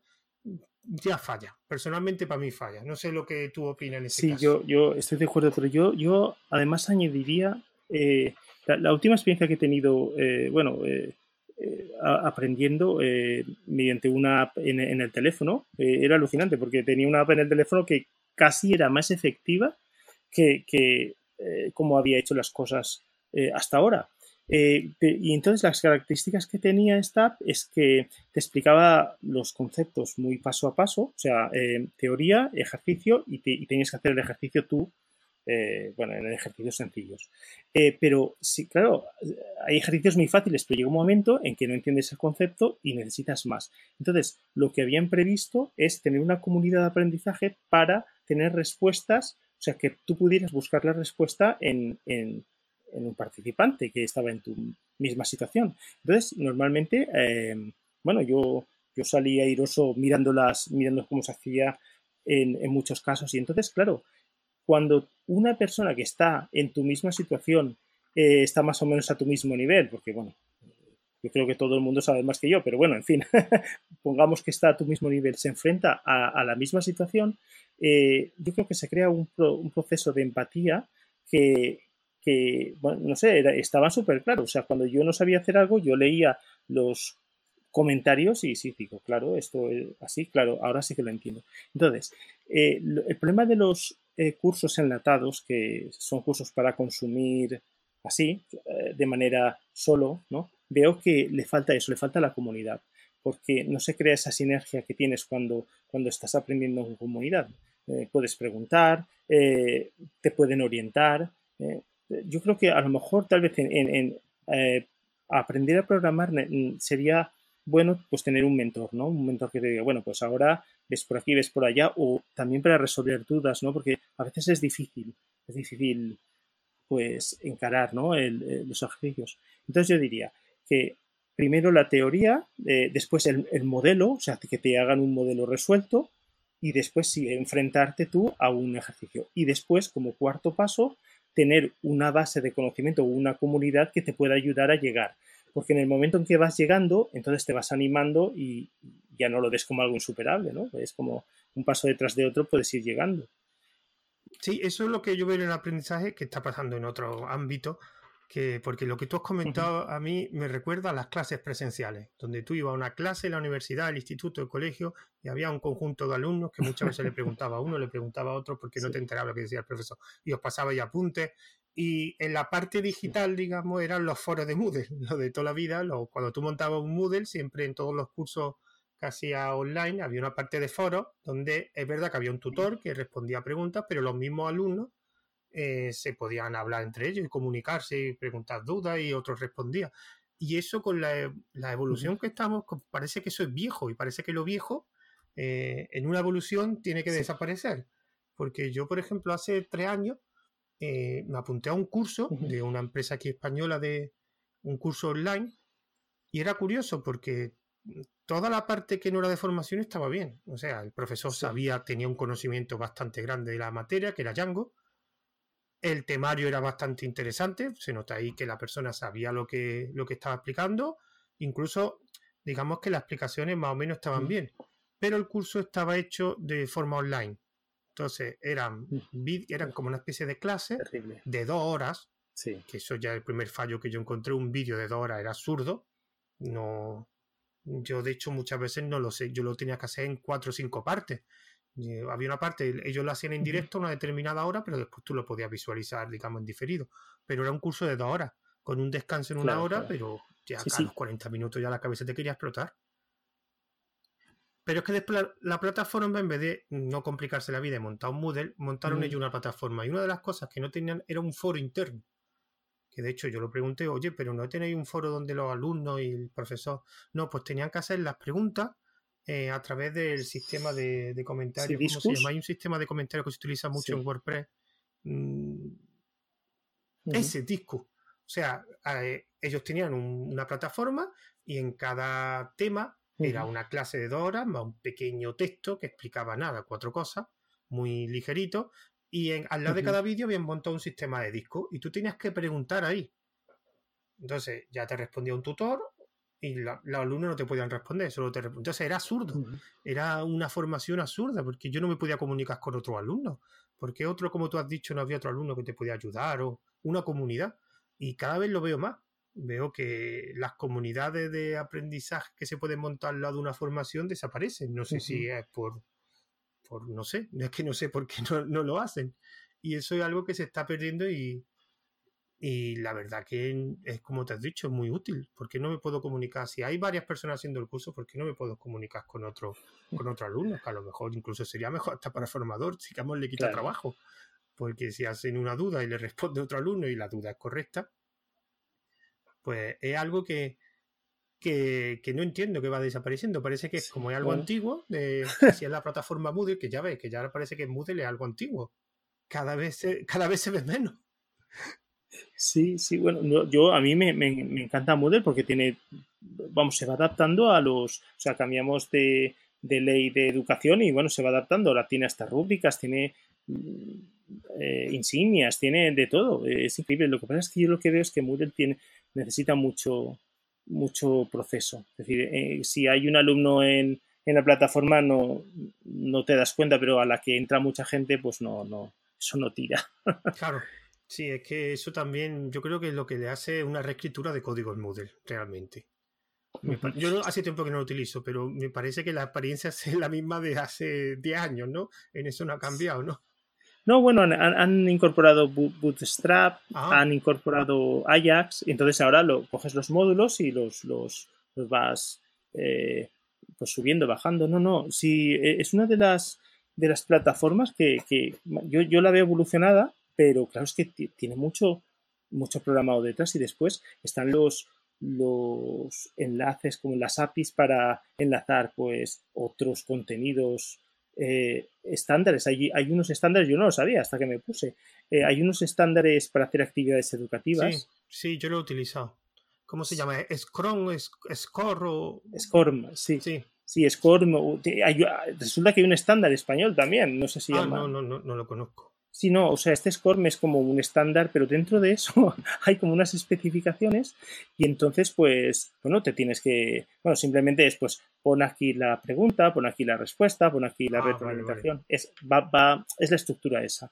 [SPEAKER 1] ya falla. Personalmente para mí falla. No sé lo que tú opinas en ese
[SPEAKER 2] Sí,
[SPEAKER 1] caso.
[SPEAKER 2] yo, yo estoy de acuerdo, pero yo, yo además añadiría eh, la, la última experiencia que he tenido, eh, bueno, eh, eh, a- aprendiendo eh, mediante una app en, en el teléfono, eh, era alucinante porque tenía una app en el teléfono que casi era más efectiva que, que eh, como había hecho las cosas eh, hasta ahora. Eh, te- y entonces las características que tenía esta app es que te explicaba los conceptos muy paso a paso, o sea, eh, teoría, ejercicio, y, te, y tenías que hacer el ejercicio tú, eh, bueno, en ejercicios sencillos. Eh, pero sí, claro, hay ejercicios muy fáciles, pero llega un momento en que no entiendes el concepto y necesitas más. Entonces, lo que habían previsto es tener una comunidad de aprendizaje para tener respuestas, o sea, que tú pudieras buscar la respuesta en, en en un participante que estaba en tu misma situación. Entonces, normalmente, eh, bueno, yo, yo salía airoso mirándolas, mirando cómo se hacía en, en muchos casos. Y entonces, claro, cuando una persona que está en tu misma situación eh, está más o menos a tu mismo nivel, porque, bueno, yo creo que todo el mundo sabe más que yo, pero bueno, en fin, pongamos que está a tu mismo nivel, se enfrenta a, a la misma situación, eh, yo creo que se crea un, pro, un proceso de empatía que, que bueno, no sé, era, estaba súper claro. O sea, cuando yo no sabía hacer algo, yo leía los comentarios y sí, digo, claro, esto es así, claro, ahora sí que lo entiendo. Entonces, eh, el problema de los eh, cursos enlatados, que son cursos para consumir así, eh, de manera solo, ¿no? Veo que le falta eso, le falta la comunidad, porque no se crea esa sinergia que tienes cuando, cuando estás aprendiendo en comunidad. Eh, puedes preguntar, eh, te pueden orientar. Eh, yo creo que a lo mejor tal vez en, en, en eh, aprender a programar sería bueno pues tener un mentor, ¿no? Un mentor que te diga, bueno, pues ahora ves por aquí, ves por allá, o también para resolver dudas, ¿no? Porque a veces es difícil, es difícil pues encarar, ¿no? El, el, los ejercicios. Entonces yo diría que primero la teoría, eh, después el, el modelo, o sea, que te hagan un modelo resuelto, y después sí, enfrentarte tú a un ejercicio. Y después, como cuarto paso, tener una base de conocimiento o una comunidad que te pueda ayudar a llegar. Porque en el momento en que vas llegando, entonces te vas animando y ya no lo ves como algo insuperable, ¿no? Es como un paso detrás de otro, puedes ir llegando.
[SPEAKER 1] Sí, eso es lo que yo veo en el aprendizaje que está pasando en otro ámbito, que, porque lo que tú has comentado uh-huh. a mí me recuerda a las clases presenciales, donde tú ibas a una clase en la universidad, el instituto, el colegio, y había un conjunto de alumnos que muchas veces le preguntaba a uno, le preguntaba a otro, porque sí. no te enteraba lo que decía el profesor, y os pasaba ya apuntes. Y en la parte digital, digamos, eran los foros de Moodle, lo de toda la vida. Lo, cuando tú montabas un Moodle, siempre en todos los cursos casi a online, había una parte de foros donde es verdad que había un tutor que respondía a preguntas, pero los mismos alumnos eh, se podían hablar entre ellos y comunicarse y preguntar dudas y otros respondían. Y eso con la, la evolución uh-huh. que estamos, parece que eso es viejo y parece que lo viejo eh, en una evolución tiene que sí. desaparecer. Porque yo, por ejemplo, hace tres años eh, me apunté a un curso uh-huh. de una empresa aquí española, de un curso online, y era curioso porque toda la parte que no era de formación estaba bien. O sea, el profesor sí. sabía, tenía un conocimiento bastante grande de la materia, que era Django. El temario era bastante interesante. Se nota ahí que la persona sabía lo que, lo que estaba explicando. Incluso, digamos que las explicaciones más o menos estaban uh-huh. bien. Pero el curso estaba hecho de forma online. Entonces, eran, eran como una especie de clase
[SPEAKER 2] Terrible.
[SPEAKER 1] de dos horas.
[SPEAKER 2] Sí.
[SPEAKER 1] Que eso ya es el primer fallo que yo encontré. Un vídeo de dos horas era absurdo. No... Yo, de hecho, muchas veces no lo sé. Yo lo tenía que hacer en cuatro o cinco partes. Eh, había una parte, ellos lo hacían en directo a una determinada hora, pero después tú lo podías visualizar, digamos, en diferido. Pero era un curso de dos horas, con un descanso en
[SPEAKER 2] claro,
[SPEAKER 1] una hora,
[SPEAKER 2] claro.
[SPEAKER 1] pero ya
[SPEAKER 2] sí,
[SPEAKER 1] a
[SPEAKER 2] sí.
[SPEAKER 1] los cuarenta minutos ya la cabeza te quería explotar. Pero es que después la, la plataforma, en vez de no complicarse la vida y montar un Moodle, montaron mm. ellos una plataforma. Y una de las cosas que no tenían era un foro interno. Que de hecho yo lo pregunté, oye, pero ¿no tenéis un foro donde los alumnos y el profesor? No, pues tenían que hacer las preguntas eh, a través del sistema de, de comentarios.
[SPEAKER 2] ¿Sí,
[SPEAKER 1] ¿Cómo se llama? Hay un sistema de comentarios que se utiliza mucho
[SPEAKER 2] sí.
[SPEAKER 1] en WordPress. Mm,
[SPEAKER 2] uh-huh.
[SPEAKER 1] Ese disco. O sea, eh, ellos tenían un, una plataforma y en cada tema uh-huh. era una clase de dos horas más un pequeño texto que explicaba nada, cuatro cosas, muy ligerito. Y en, al lado uh-huh. de cada vídeo habían montado un sistema de disco y tú tenías que preguntar ahí. Entonces ya te respondía un tutor y la, los alumnos no te podían responder, solo te respondían. Entonces era absurdo, uh-huh. era una formación absurda porque yo no me podía comunicar con otros alumnos, porque otro, como tú has dicho, no había otro alumno que te podía ayudar o una comunidad. Y cada vez lo veo más. Veo que las comunidades de aprendizaje que se pueden montar al lado de una formación desaparecen. No sé uh-huh. si es por... por no sé, es que no sé por qué no, no lo hacen. Y eso es algo que se está perdiendo y, y la verdad que es como te has dicho, es muy útil, porque no me puedo comunicar. Si hay varias personas haciendo el curso, ¿por qué no me puedo comunicar con otro, con otro alumno? Que a lo mejor incluso sería mejor hasta para el formador, digamos, le quita claro. trabajo. Porque si hacen una duda y le responde otro alumno y la duda es correcta, pues es algo que Que, que no entiendo que va desapareciendo. Parece que es sí, como es algo bueno. antiguo, de, así es la plataforma Moodle, que ya ves, que ya parece que Moodle es algo antiguo. Cada vez se, cada vez se ve menos.
[SPEAKER 2] Sí, sí, bueno, no, yo a mí me, me, me encanta Moodle porque tiene, vamos, se va adaptando a los, o sea, cambiamos de, de ley de educación y bueno, se va adaptando. Ahora tiene hasta rúbricas, tiene mm, eh, insignias, tiene de todo. Es increíble. Lo que pasa es que yo lo que veo es que Moodle tiene, necesita mucho, mucho proceso. Es decir, eh, si hay un alumno en, en la plataforma no, no te das cuenta, pero a la que entra mucha gente, pues no, no, eso no tira.
[SPEAKER 1] Claro, sí, es que eso también yo creo que es lo que le hace una reescritura de código en Moodle, realmente. Me pa- yo no- hace tiempo que no lo utilizo, pero me parece que la apariencia es la misma de hace diez años, ¿no? En eso no ha cambiado, ¿no?
[SPEAKER 2] No, bueno, han, han incorporado Bootstrap,
[SPEAKER 1] Ah,
[SPEAKER 2] han incorporado Ajax, y entonces ahora lo, coges los módulos y los, los, los vas eh, pues subiendo, bajando. No, no, sí, eh, es una de las, de las plataformas que, que yo, yo la veo evolucionada, pero claro, es que tiene mucho, mucho programado detrás y después están los, los enlaces como las A P Is para enlazar pues otros contenidos eh, estándares. Hay, hay, unos estándares, yo no lo sabía hasta que me puse. Eh, hay unos estándares para hacer actividades
[SPEAKER 1] sí,
[SPEAKER 2] educativas.
[SPEAKER 1] sí, yo lo he utilizado. ¿Cómo se llama? ¿Scrum? ¿Es- ¿Score? O...
[SPEAKER 2] SCORM, sí.
[SPEAKER 1] Sí.
[SPEAKER 2] Sí, SCORM. Hay, resulta que hay un estándar español también, no sé si
[SPEAKER 1] Ah, no,
[SPEAKER 2] llama.
[SPEAKER 1] no, no, no lo conozco.
[SPEAKER 2] Sí, no, o sea, este SCORM es como un estándar, pero dentro de eso hay como unas especificaciones y entonces, pues, bueno, te tienes que, bueno, simplemente es, pues, pon aquí la pregunta, pon aquí la respuesta, pon aquí la
[SPEAKER 1] Ah, vale, vale.
[SPEAKER 2] retroalimentación. Es, va, va, es la estructura esa.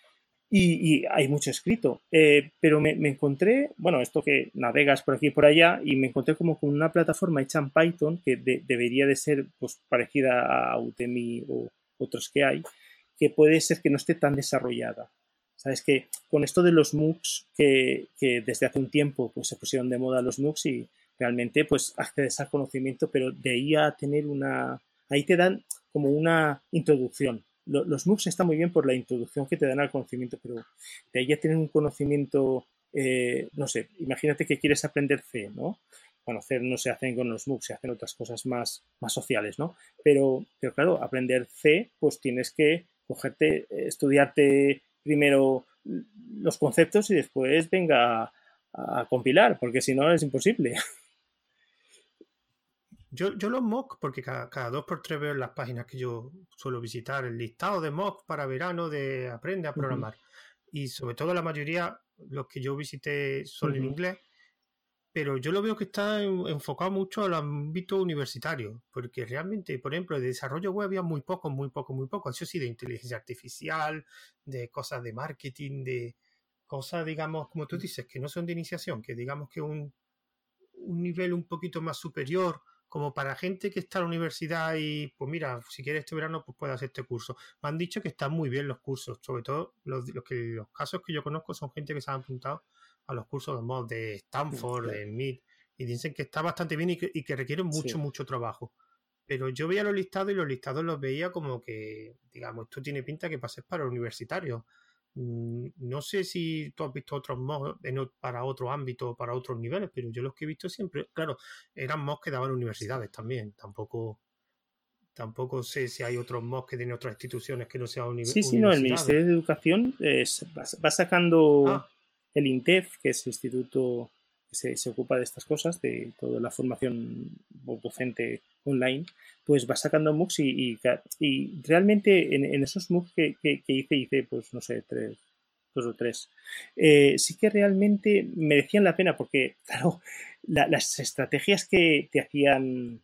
[SPEAKER 2] Y, y hay mucho escrito. Eh, pero me, me encontré, bueno, esto que navegas por aquí y por allá, y me encontré como con una plataforma hecha en Python que de- debería de ser pues, parecida a Udemy o otros que hay, que puede ser que no esté tan desarrollada. Sabes que con esto de los MOOCs, que, que desde hace un tiempo pues, se pusieron de moda los MOOCs y realmente pues accedes al conocimiento, pero de ahí a tener una... Ahí te dan como una introducción. Los MOOCs están muy bien por la introducción que te dan al conocimiento, pero de ahí a tener un conocimiento, eh, no sé, imagínate que quieres aprender C, ¿no? Bueno, C no se hacen con los MOOCs, se hacen otras cosas más, más sociales, ¿no? Pero, pero claro, aprender C, pues tienes que cogerte, estudiarte primero los conceptos y después venga a, a compilar, porque si no es imposible.
[SPEAKER 1] Yo, yo los mocks, porque cada, cada dos por tres veo en las páginas que yo suelo visitar el listado de mocks para verano de Aprende a
[SPEAKER 2] Uh -huh,
[SPEAKER 1] programar. Y sobre todo la mayoría, los que yo visité
[SPEAKER 2] uh
[SPEAKER 1] son en
[SPEAKER 2] -huh.
[SPEAKER 1] inglés, pero yo lo veo que está en- enfocado mucho al ámbito universitario, porque realmente, por ejemplo, de desarrollo web había muy poco, muy poco, muy poco. Eso sí, de inteligencia artificial, de cosas de marketing, de cosas, digamos, como tú dices, que no son de iniciación, que digamos que un, un nivel un poquito más superior, como para gente que está en la universidad y, pues mira, si quieres este verano, pues puedes hacer este curso. Me han dicho que están muy bien los cursos, sobre todo los, los, que, los casos que yo conozco son gente que se han apuntado a los cursos de mod de Stanford,
[SPEAKER 2] Claro.
[SPEAKER 1] de M I T, y dicen que está bastante bien y que, y que requieren mucho,
[SPEAKER 2] Sí.
[SPEAKER 1] mucho trabajo. Pero yo veía los listados y los listados los veía como que, digamos, esto tiene pinta que pases para universitarios. Mm, No sé si tú has visto otros mods para otro ámbito, para otros niveles, pero yo los que he visto siempre, claro, eran mods que daban universidades también. Tampoco, tampoco sé si hay otros mods que tienen otras instituciones que no sean uni
[SPEAKER 2] Sí, sí, no, el
[SPEAKER 1] universidades.
[SPEAKER 2] Ministerio de Educación es, va, va, sacando
[SPEAKER 1] Ah,
[SPEAKER 2] el INTEF, que es el instituto que se, se, ocupa de estas cosas, de toda la formación docente online, pues va sacando MOOCs y, y, y realmente en, en, esos MOOCs que, que, que, hice, hice, pues no sé, tres, dos o tres, eh, sí que realmente merecían la pena porque, claro, la, las estrategias que te hacían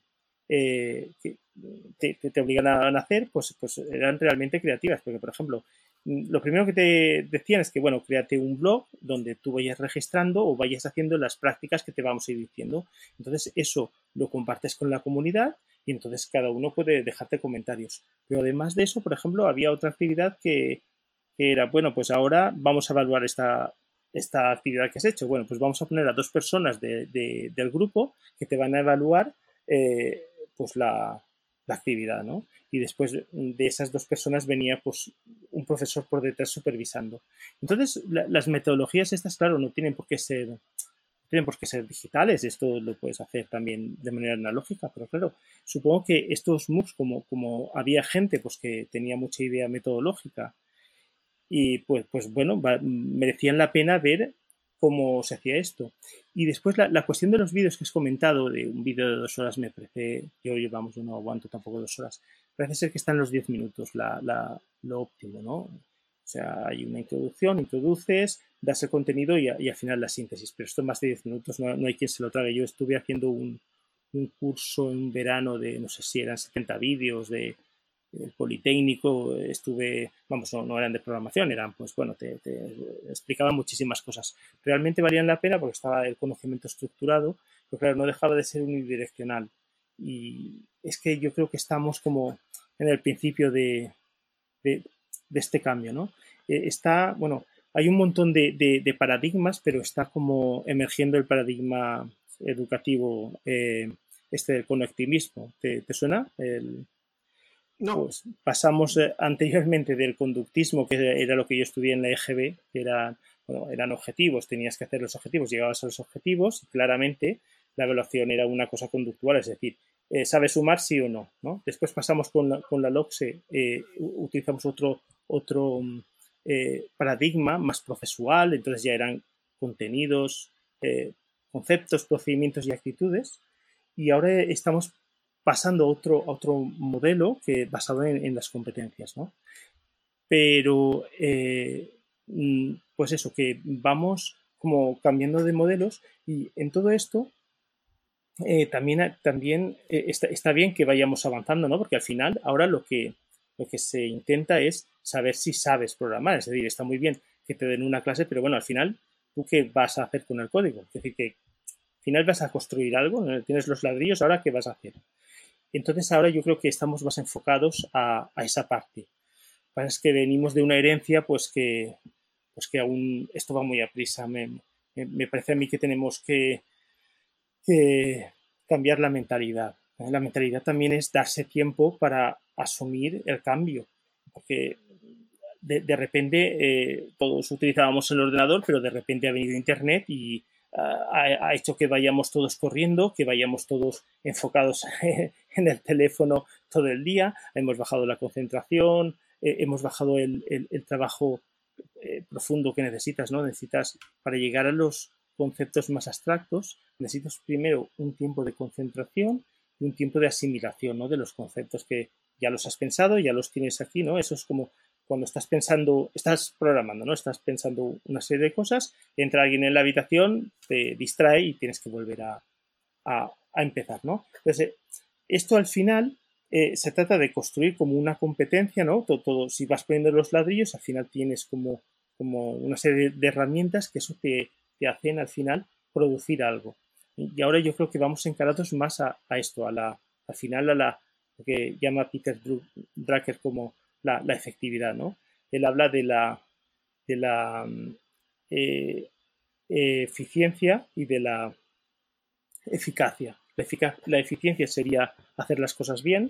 [SPEAKER 2] eh, que te, te, te, obligan a hacer, pues, pues eran realmente creativas. Porque, por ejemplo, lo primero que te decían es que, bueno, créate un blog donde tú vayas registrando o vayas haciendo las prácticas que te vamos a ir diciendo. Entonces, eso lo compartes con la comunidad y entonces cada uno puede dejarte comentarios. Pero además de eso, por ejemplo, había otra actividad que, que era, bueno, pues ahora vamos a evaluar esta, esta actividad que has hecho. Bueno, pues vamos a poner a dos personas de, de, del grupo que te van a evaluar eh, pues la, la, actividad, ¿no? Y después de esas dos personas venía pues un profesor por detrás supervisando. Entonces, la, las metodologías estas, claro, no tienen por qué ser tienen por qué ser digitales, esto lo puedes hacer también de manera analógica, pero claro, supongo que estos MOOCs, como, como había gente pues que tenía mucha idea metodológica y pues, pues bueno, va, merecían la pena ver cómo se hacía esto. Y después la, la cuestión de los vídeos que has comentado, de un vídeo de dos horas me parece, yo llevamos, yo no aguanto tampoco dos horas, parece ser que están los diez minutos, la, la, lo óptimo, ¿no? O sea, hay una introducción, introduces, das el contenido y, a, y al final la síntesis, pero esto más de diez minutos no, no hay quien se lo trague. Yo estuve haciendo un, un curso en verano de, no sé si eran setenta vídeos de el Politécnico, estuve, vamos, no, no eran de programación, eran, pues bueno, te, te explicaban muchísimas cosas. Realmente valían la pena porque estaba el conocimiento estructurado, pero claro, no dejaba de ser unidireccional. Y es que yo creo que estamos como en el principio de, de, de este cambio, ¿no? Eh, está, bueno, hay un montón de, de, de paradigmas, pero está como emergiendo el paradigma educativo, eh, este del conectivismo. ¿Te, te suena? El,
[SPEAKER 1] No.
[SPEAKER 2] Pues pasamos eh, anteriormente del conductismo, que era lo que yo estudié en la E G B, que eran, bueno, eran objetivos, tenías que hacer los objetivos, llegabas a los objetivos y claramente la evaluación era una cosa conductual, es decir, eh, ¿sabes sumar sí o no? ¿no? Después pasamos con la, con la LOCSE, eh, utilizamos otro, otro eh, paradigma más procesual, entonces ya eran contenidos, eh, conceptos, procedimientos y actitudes, y ahora estamos pasando a otro, a otro modelo que basado en, en las competencias, ¿no? Pero, eh, pues eso, que vamos como cambiando de modelos y en todo esto eh, también, también eh, está, está bien que vayamos avanzando, ¿no? Porque al final ahora lo que, lo que se intenta es saber si sabes programar, es decir, está muy bien que te den una clase, pero bueno, al final, ¿tú qué vas a hacer con el código? Es decir, que al final vas a construir algo, ¿no? Tienes los ladrillos, ¿ahora qué vas a hacer? Entonces ahora yo creo que estamos más enfocados a, a esa parte. Es que venimos de una herencia pues que, pues que aún esto va muy a prisa. Me, me, me parece a mí que tenemos que, que cambiar la mentalidad. La mentalidad también es darse tiempo para asumir el cambio. Porque de, de repente eh, todos utilizábamos el ordenador, pero de repente ha venido Internet y ha, ha hecho que vayamos todos corriendo, que vayamos todos enfocados en el teléfono todo el día, hemos bajado la concentración, eh, hemos bajado el, el, el trabajo eh, profundo que necesitas, ¿no? Necesitas, para llegar a los conceptos más abstractos, necesitas primero un tiempo de concentración y un tiempo de asimilación, ¿no? De los conceptos que ya los has pensado, ya los tienes aquí, ¿no? Eso es como cuando estás pensando, estás programando, ¿no? Estás pensando una serie de cosas, entra alguien en la habitación, te distrae y tienes que volver a, a, a empezar, ¿no? Entonces, esto al final eh, se trata de construir como una competencia, ¿no? Todo, todo, si vas poniendo los ladrillos, al final tienes como, como una serie de, de herramientas que eso te, te hacen al final producir algo. Y ahora yo creo que vamos encarados más a, a esto, a la, al final a la, lo que llama Peter Drucker como La, la, efectividad, ¿no? Él habla de la, de la eh, eh, eficiencia y de la eficacia. La, efic la eficiencia sería hacer las cosas bien,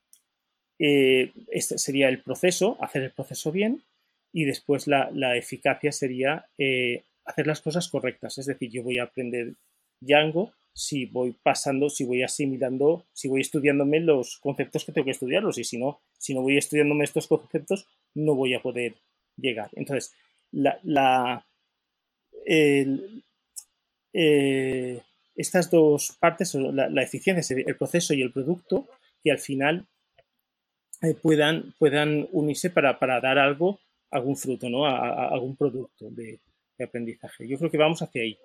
[SPEAKER 2] eh, este sería el proceso, hacer el proceso bien, y después la, la eficacia sería eh, hacer las cosas correctas. Es decir, yo voy a aprender Django si voy pasando, si voy asimilando, si voy estudiándome los conceptos que tengo que estudiarlos, y si no, si no voy estudiándome estos conceptos, no voy a poder llegar. Entonces, la, la, el, eh, estas dos partes, la, la eficiencia, el proceso y el producto, que al final eh, puedan, puedan unirse para, para dar algo, algún fruto, ¿no? A, a algún producto de, de aprendizaje. Yo creo que vamos hacia ahí.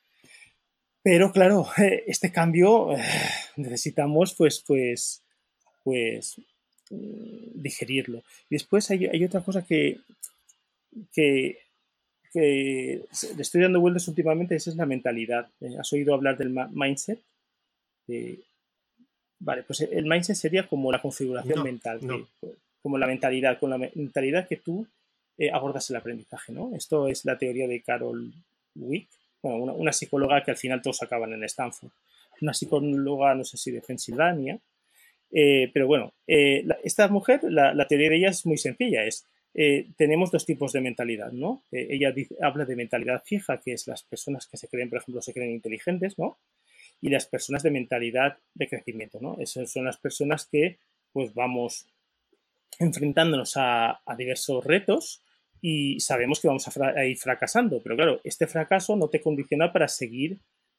[SPEAKER 2] Pero claro, este cambio eh, necesitamos pues, pues, pues digerirlo. Y después hay, hay otra cosa que, que, que le estoy dando vueltas últimamente, esa es la mentalidad. ¿Has oído hablar del mindset? De, vale, pues el mindset sería como la configuración
[SPEAKER 1] no,
[SPEAKER 2] mental,
[SPEAKER 1] no.
[SPEAKER 2] que, como la mentalidad, con la mentalidad que tú eh, abordas el aprendizaje, ¿no? Esto es la teoría de Carol Dweck. Bueno, una, una psicóloga que al final todos acaban en Stanford. Una psicóloga, no sé si de Pensilvania. Eh, pero bueno, eh, la, esta mujer, la, la, teoría de ella es muy sencilla. Es, eh, tenemos dos tipos de mentalidad, ¿no? Eh, ella dice, habla de mentalidad fija, que es las personas que se creen, por ejemplo, se creen inteligentes, ¿no? Y las personas de mentalidad de crecimiento, ¿no? Esas son las personas que, pues, vamos enfrentándonos a, a diversos retos y sabemos que vamos a, fra a ir fracasando, pero claro, este fracaso no te condiciona para seguir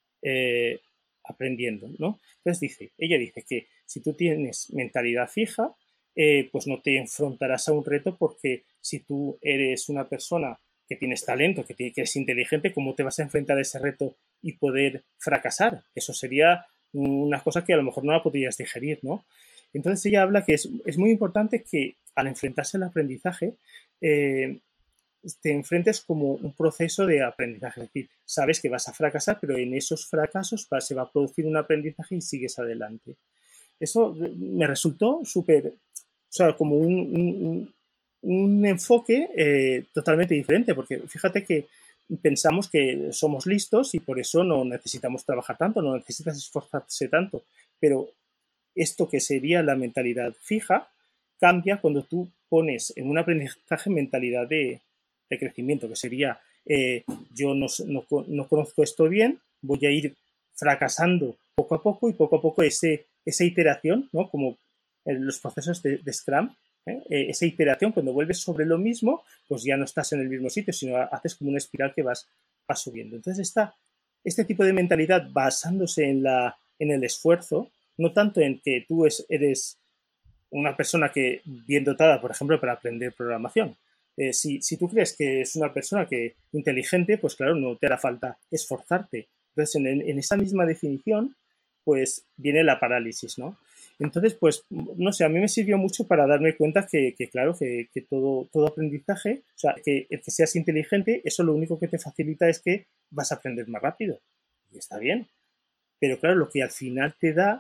[SPEAKER 2] eh, aprendiendo, ¿no? Entonces dice, ella dice que si tú tienes mentalidad fija, eh, pues no te enfrentarás a un reto, porque si tú eres una persona que tienes talento, que, que es inteligente, ¿cómo te vas a enfrentar a ese reto y poder fracasar? Eso sería una cosa que a lo mejor no la podrías digerir, ¿no? Entonces ella habla que es, es muy importante que al enfrentarse al aprendizaje eh, te enfrentes como un proceso de aprendizaje. Es decir, sabes que vas a fracasar, pero en esos fracasos va, se va a producir un aprendizaje y sigues adelante. Eso me resultó súper, o sea, como un, un, un enfoque eh, totalmente diferente, porque fíjate que pensamos que somos listos y por eso no necesitamos trabajar tanto, no necesitas esforzarse tanto, pero esto que sería la mentalidad fija cambia cuando tú pones en un aprendizaje mentalidad de, de crecimiento, que sería eh, yo no, no, no conozco esto bien, voy a ir fracasando poco a poco y poco a poco ese, esa iteración, ¿no? Como en los procesos de, de Scrum, ¿eh? esa iteración, cuando vuelves sobre lo mismo, pues ya no estás en el mismo sitio, sino haces como una espiral que vas, vas subiendo. Entonces está este tipo de mentalidad basándose en, la, en el esfuerzo, no tanto en que tú es, eres una persona que bien dotada, por ejemplo, para aprender programación. Eh, si, si tú crees que es una persona que inteligente, pues claro, no te hará falta esforzarte. Entonces, en, en esa misma definición, pues viene la parálisis, ¿no? Entonces, pues, no sé, a mí me sirvió mucho para darme cuenta que, que claro, que, que todo, todo aprendizaje, o sea, que el que seas inteligente, eso lo único que te facilita es que vas a aprender más rápido. Y está bien. Pero claro, lo que al final te da,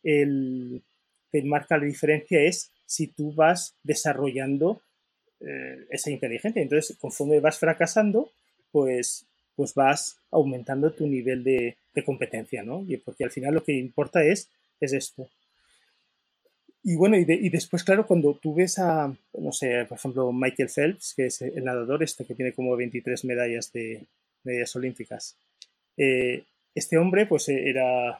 [SPEAKER 2] el, te marca la diferencia es si tú vas desarrollando eh, esa inteligencia. Entonces, conforme vas fracasando, pues, pues vas aumentando tu nivel de, de competencia, ¿no? Y porque al final lo que importa es, es esto. Y bueno, y, de, y después, claro, cuando tú ves a, no sé, por ejemplo, Michael Phelps, que es el nadador este que tiene como veintitrés medallas de medallas olímpicas, eh, este hombre pues era,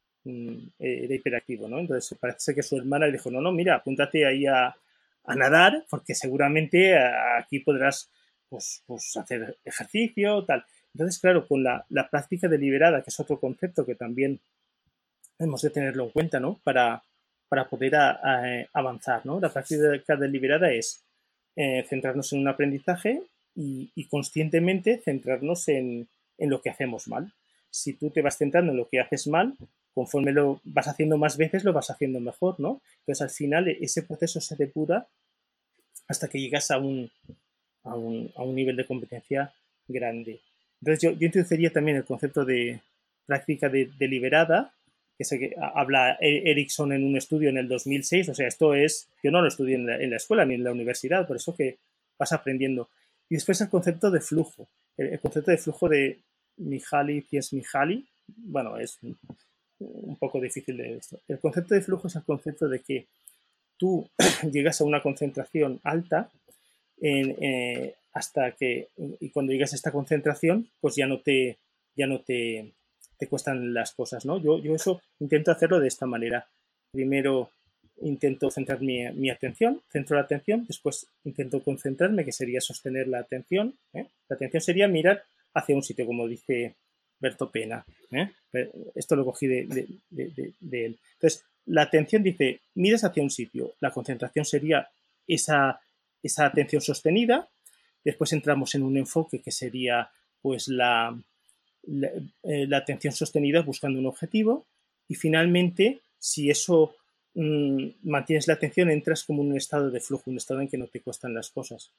[SPEAKER 2] era hiperactivo, ¿no? Entonces parece que su hermana le dijo, no, no, mira, apúntate ahí a, a nadar, porque seguramente aquí podrás pues, pues hacer ejercicio, tal. Entonces, claro, con la, la práctica deliberada, que es otro concepto que también hemos de tenerlo en cuenta, ¿no? Para, para poder a, a, avanzar, ¿no? La práctica deliberada es eh, centrarnos en un aprendizaje y, y conscientemente centrarnos en, en lo que hacemos mal. Si tú te vas centrando en lo que haces mal, conforme lo vas haciendo más veces, lo vas haciendo mejor, ¿no? Entonces, al final, ese proceso se depura hasta que llegas a un, a un, a un nivel de competencia grande. Entonces, yo, yo introduciría también el concepto de práctica de, deliberada, que sé que habla Erickson en un estudio en el dos mil seis, o sea, esto es, yo no lo estudié en la, en la escuela ni en la universidad, por eso que vas aprendiendo. Y después el concepto de flujo, el, el concepto de flujo de Mihaly Csikszentmihalyi, bueno, es un, un poco difícil de esto. El concepto de flujo es el concepto de que tú llegas a una concentración alta en, eh, hasta que, y cuando llegas a esta concentración, pues ya no te, ya no te, te cuestan las cosas, ¿no? Yo, yo eso intento hacerlo de esta manera. Primero intento centrar mi, mi atención, centro la atención, después intento concentrarme, que sería sostener la atención, ¿eh? La atención sería mirar hacia un sitio, como dice Berto Pena, ¿eh? Esto lo cogí de, de, de, de, de él. Entonces, la atención dice, miras hacia un sitio, la concentración sería esa, esa atención sostenida, después entramos en un enfoque que sería pues la, la, eh, la atención sostenida buscando un objetivo y finalmente, si eso mmm, mantienes la atención, entras como en un estado de flujo, un estado en que no te cuestan las cosas.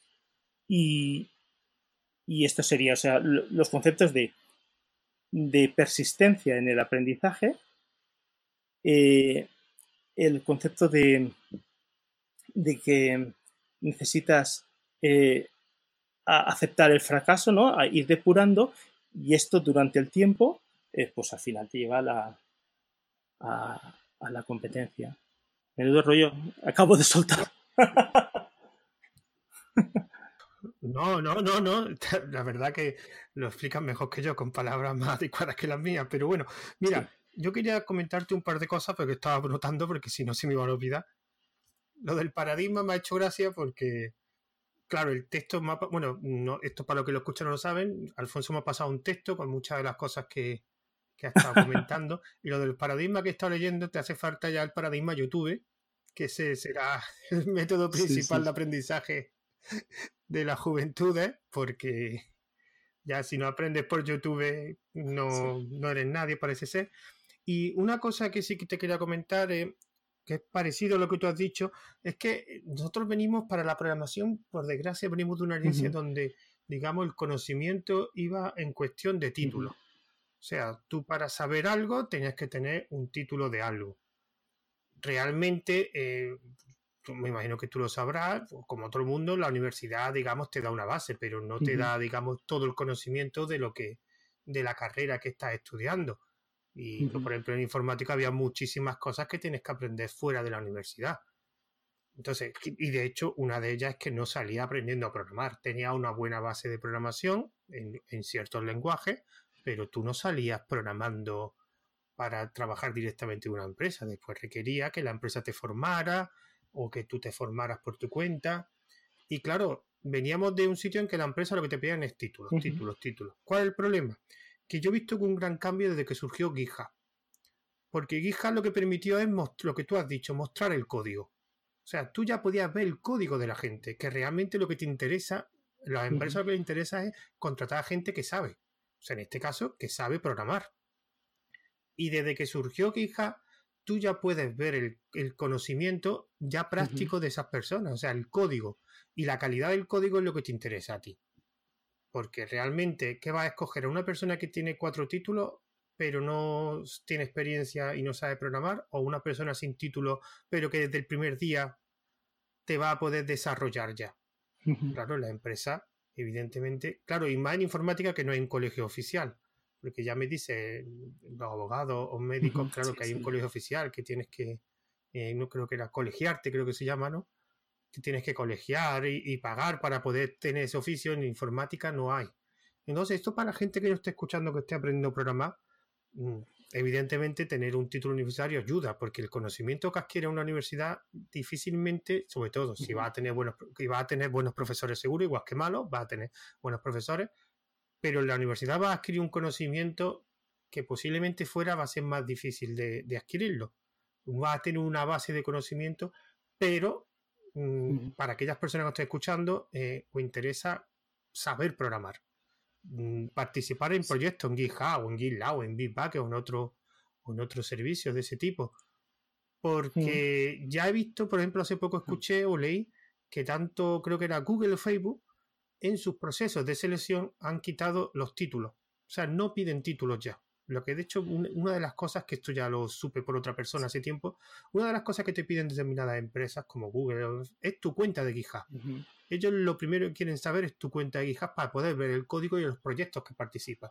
[SPEAKER 2] Y, y esto sería, o sea, los conceptos de, de persistencia en el aprendizaje, eh, el concepto de, de que necesitas eh, aceptar el fracaso, ¿no? A ir depurando, y esto durante el tiempo, eh, pues al final te lleva a la, a, a la competencia. Menudo rollo, acabo de soltar.
[SPEAKER 1] No, no, no, no. La verdad que lo explicas mejor que yo, con palabras más adecuadas que las mías. Pero bueno, mira, sí. Yo quería comentarte un par de cosas porque estaba notando, porque si no se me iba a olvidar. Lo del paradigma me ha hecho gracia porque claro, el texto mapa, bueno, no, esto para los que lo escuchan no lo saben, Alfonso me ha pasado un texto con muchas de las cosas que, que ha estado comentando, y lo del paradigma que he estado leyendo, te hace falta ya el paradigma YouTube, que ese será el método principal
[SPEAKER 2] Sí, sí.
[SPEAKER 1] de aprendizaje de las juventudes, porque ya si no aprendes por YouTube no,
[SPEAKER 2] Sí.
[SPEAKER 1] no eres nadie, parece ser. Y una cosa que sí que te quería comentar, eh, que es parecido a lo que tú has dicho, es que nosotros venimos para la programación, por desgracia, venimos de una herencia
[SPEAKER 2] Ujú,
[SPEAKER 1] donde, digamos, el conocimiento iba en cuestión de
[SPEAKER 2] ujú,
[SPEAKER 1] títulos. O sea, tú para saber algo tenías que tener un título de algo. Realmente, eh, me imagino que tú lo sabrás, pues, como todo el mundo, la universidad, digamos, te da una base, pero no te
[SPEAKER 2] ujú,
[SPEAKER 1] da, digamos, todo el conocimiento de lo que, de la carrera que estás estudiando. Y,
[SPEAKER 2] ujú,
[SPEAKER 1] por ejemplo, en informática había muchísimas cosas que tienes que aprender fuera de la universidad. Entonces, y de hecho, una de ellas es que no salía aprendiendo a programar. Tenía una buena base de programación en, en ciertos lenguajes, pero tú no salías programando para trabajar directamente en una empresa. Después requería que la empresa te formara o que tú te formaras por tu cuenta. Y claro, veníamos de un sitio en que la empresa lo que te pedían es títulos,
[SPEAKER 2] ujú,
[SPEAKER 1] títulos, títulos. ¿Cuál es el problema? Que yo he visto que un gran cambio desde que surgió GitHub. Porque GitHub lo que permitió es lo que tú has dicho, mostrar el código. O sea, tú ya podías ver el código de la gente, que realmente lo que te interesa, las
[SPEAKER 2] ujú,
[SPEAKER 1] empresas lo que les interesa es contratar a gente que sabe. O sea, en este caso, que sabe programar. Y desde que surgió GitHub, tú ya puedes ver el, el conocimiento ya
[SPEAKER 2] ujú,
[SPEAKER 1] práctico de esas personas, o sea, el código. Y la calidad del código es lo que te interesa a ti. Porque realmente, ¿qué vas a escoger? ¿A una persona que tiene cuatro títulos, pero no tiene experiencia y no sabe programar? ¿O una persona sin título, pero que desde el primer día te va a poder desarrollar ya?
[SPEAKER 2] ujú.
[SPEAKER 1] Claro, la empresa, evidentemente, claro, y más en informática que no hay un colegio oficial, porque ya me dice los abogados o médicos,
[SPEAKER 2] Ujú,
[SPEAKER 1] claro
[SPEAKER 2] sí,
[SPEAKER 1] que hay un
[SPEAKER 2] sí.
[SPEAKER 1] colegio oficial que tienes que, eh, no creo que era colegiarte, creo que se llama, ¿no? Que tienes que colegiar y, y pagar para poder tener ese oficio. En informática no hay. Entonces, esto para la gente que no esté escuchando, que esté aprendiendo a programar, mm, evidentemente tener un título universitario ayuda, porque el conocimiento que adquiere una universidad difícilmente, sobre todo si
[SPEAKER 2] Ujú,
[SPEAKER 1] va a tener buenos, va a tener buenos profesores seguro, igual que malos, va a tener buenos profesores, pero en la universidad va a adquirir un conocimiento que posiblemente fuera va a ser más difícil de, de adquirirlo. Va a tener una base de conocimiento, pero mmm,
[SPEAKER 2] ujú.
[SPEAKER 1] para aquellas personas que estén escuchando, eh, os interesa saber programar, mmm, participar en
[SPEAKER 2] Sí.
[SPEAKER 1] proyectos en GitHub o en GitLab o en Bitbucket o en otro o en otros servicios de ese tipo.
[SPEAKER 2] Ujú,
[SPEAKER 1] Porque ya he visto, por ejemplo, hace poco
[SPEAKER 2] ujú,
[SPEAKER 1] escuché o leí que tanto creo que era Google o Facebook en sus procesos de selección han quitado los títulos. O sea, no piden títulos ya. Lo que de hecho, una de las cosas, que esto ya lo supe por otra persona hace tiempo, una de las cosas que te piden determinadas empresas como Google es tu cuenta de GitHub.
[SPEAKER 2] ujú,
[SPEAKER 1] Ellos lo primero que quieren saber es tu cuenta de GitHub para poder ver el código y los proyectos que participas.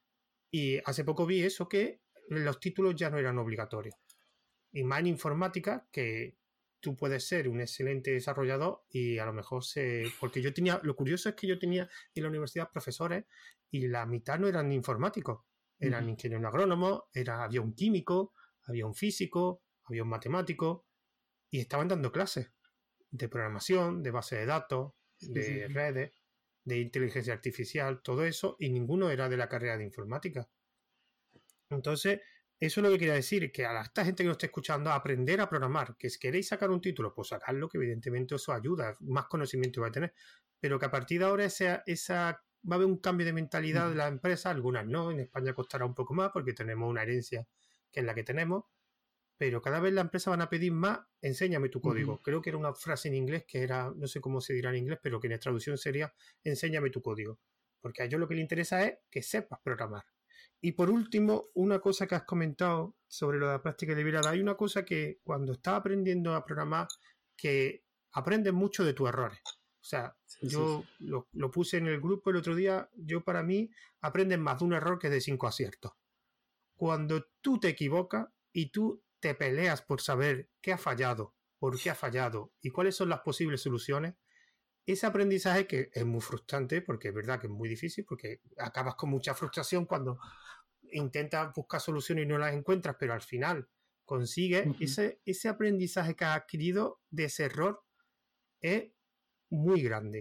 [SPEAKER 1] Y hace poco vi eso, que los títulos ya no eran obligatorios. Y más en informática, que tú puedes ser un excelente desarrollador y a lo mejor se... Porque yo tenía... Lo curioso es que yo tenía en la universidad profesores y la mitad no eran informáticos. Eran
[SPEAKER 2] ujú,
[SPEAKER 1] ingenieros agrónomos, era, había un químico, había un físico, había un matemático y estaban dando clases de programación, de base de datos,
[SPEAKER 2] sí, sí,
[SPEAKER 1] de
[SPEAKER 2] sí.
[SPEAKER 1] redes, de inteligencia artificial, todo eso, y ninguno era de la carrera de informática. Entonces, eso es lo que quería decir, que a esta gente que nos esté escuchando, aprender a programar, que si queréis sacar un título, pues sacarlo, que evidentemente eso ayuda, más conocimiento va a tener, pero que a partir de ahora esa, esa va a haber un cambio de mentalidad de
[SPEAKER 2] Ujú,
[SPEAKER 1] las empresas, algunas no, en España costará un poco más porque tenemos una herencia que es la que tenemos, pero cada vez las empresas van a pedir más, enséñame tu
[SPEAKER 2] ujú.
[SPEAKER 1] código. Creo que era una frase en inglés que era, no sé cómo se dirá en inglés, pero que en traducción sería, enséñame tu código, porque a ellos lo que les interesa es que sepas programar. Y por último, una cosa que has comentado sobre lo de la práctica deliberada. Hay una cosa que cuando estás aprendiendo a programar, que aprendes mucho de tus errores. O sea,
[SPEAKER 2] Sí, sí, sí.
[SPEAKER 1] yo lo, lo puse en el grupo el otro día, yo para mí aprendes más de un error que de cinco aciertos. Cuando tú te equivocas y tú te peleas por saber qué ha fallado, por qué ha fallado y cuáles son las posibles soluciones, ese aprendizaje que es muy frustrante, porque es verdad que es muy difícil, porque acabas con mucha frustración cuando intentas buscar soluciones y no las encuentras, pero al final consigues
[SPEAKER 2] Ujú,
[SPEAKER 1] ese, ese aprendizaje que has adquirido de ese error es muy grande.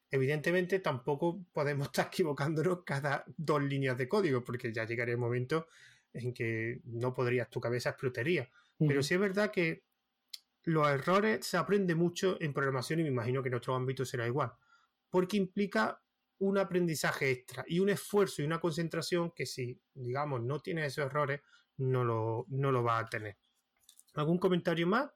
[SPEAKER 1] evidentemente tampoco podemos estar equivocándonos cada dos líneas de código, porque ya llegaría el momento en que no podrías, tu cabeza explotaría. Pero
[SPEAKER 2] Ujú.
[SPEAKER 1] sí es verdad que los errores se aprende mucho en programación y me imagino que en otro ámbito será igual, porque implica un aprendizaje extra y un esfuerzo y una concentración que si, digamos, no tienes esos errores, no lo, no lo vas a tener. ¿Algún comentario más?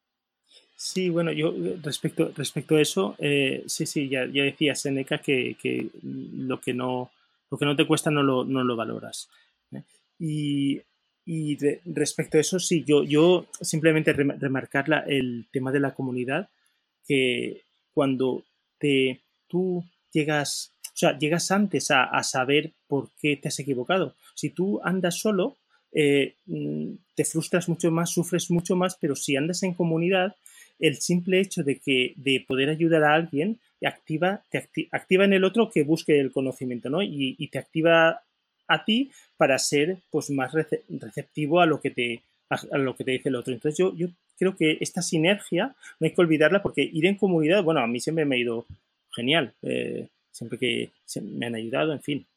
[SPEAKER 2] Sí, bueno, yo eh, respecto, respecto a eso, eh, sí, sí, ya, ya decía Seneca que, que lo que no, lo que no te cuesta no lo, no lo valoras. ¿eh? Y, y de- respecto a eso, sí, yo, yo simplemente rem- remarcar la- el tema de la comunidad, que cuando te, tú llegas, o sea, llegas antes a, a saber por qué te has equivocado. Si tú andas solo, eh, mm, te frustras mucho más, sufres mucho más, pero si andas en comunidad, el simple hecho de que de poder ayudar a alguien activa, te acti activa en el otro que busque el conocimiento, ¿no? Y, y, te activa a ti para ser pues más rece receptivo a lo que te a, a, lo que te dice el otro. Entonces yo, yo creo que esta sinergia no hay que olvidarla porque ir en comunidad, bueno, a mí siempre me ha ido genial, eh, siempre que se, me han ayudado, en fin.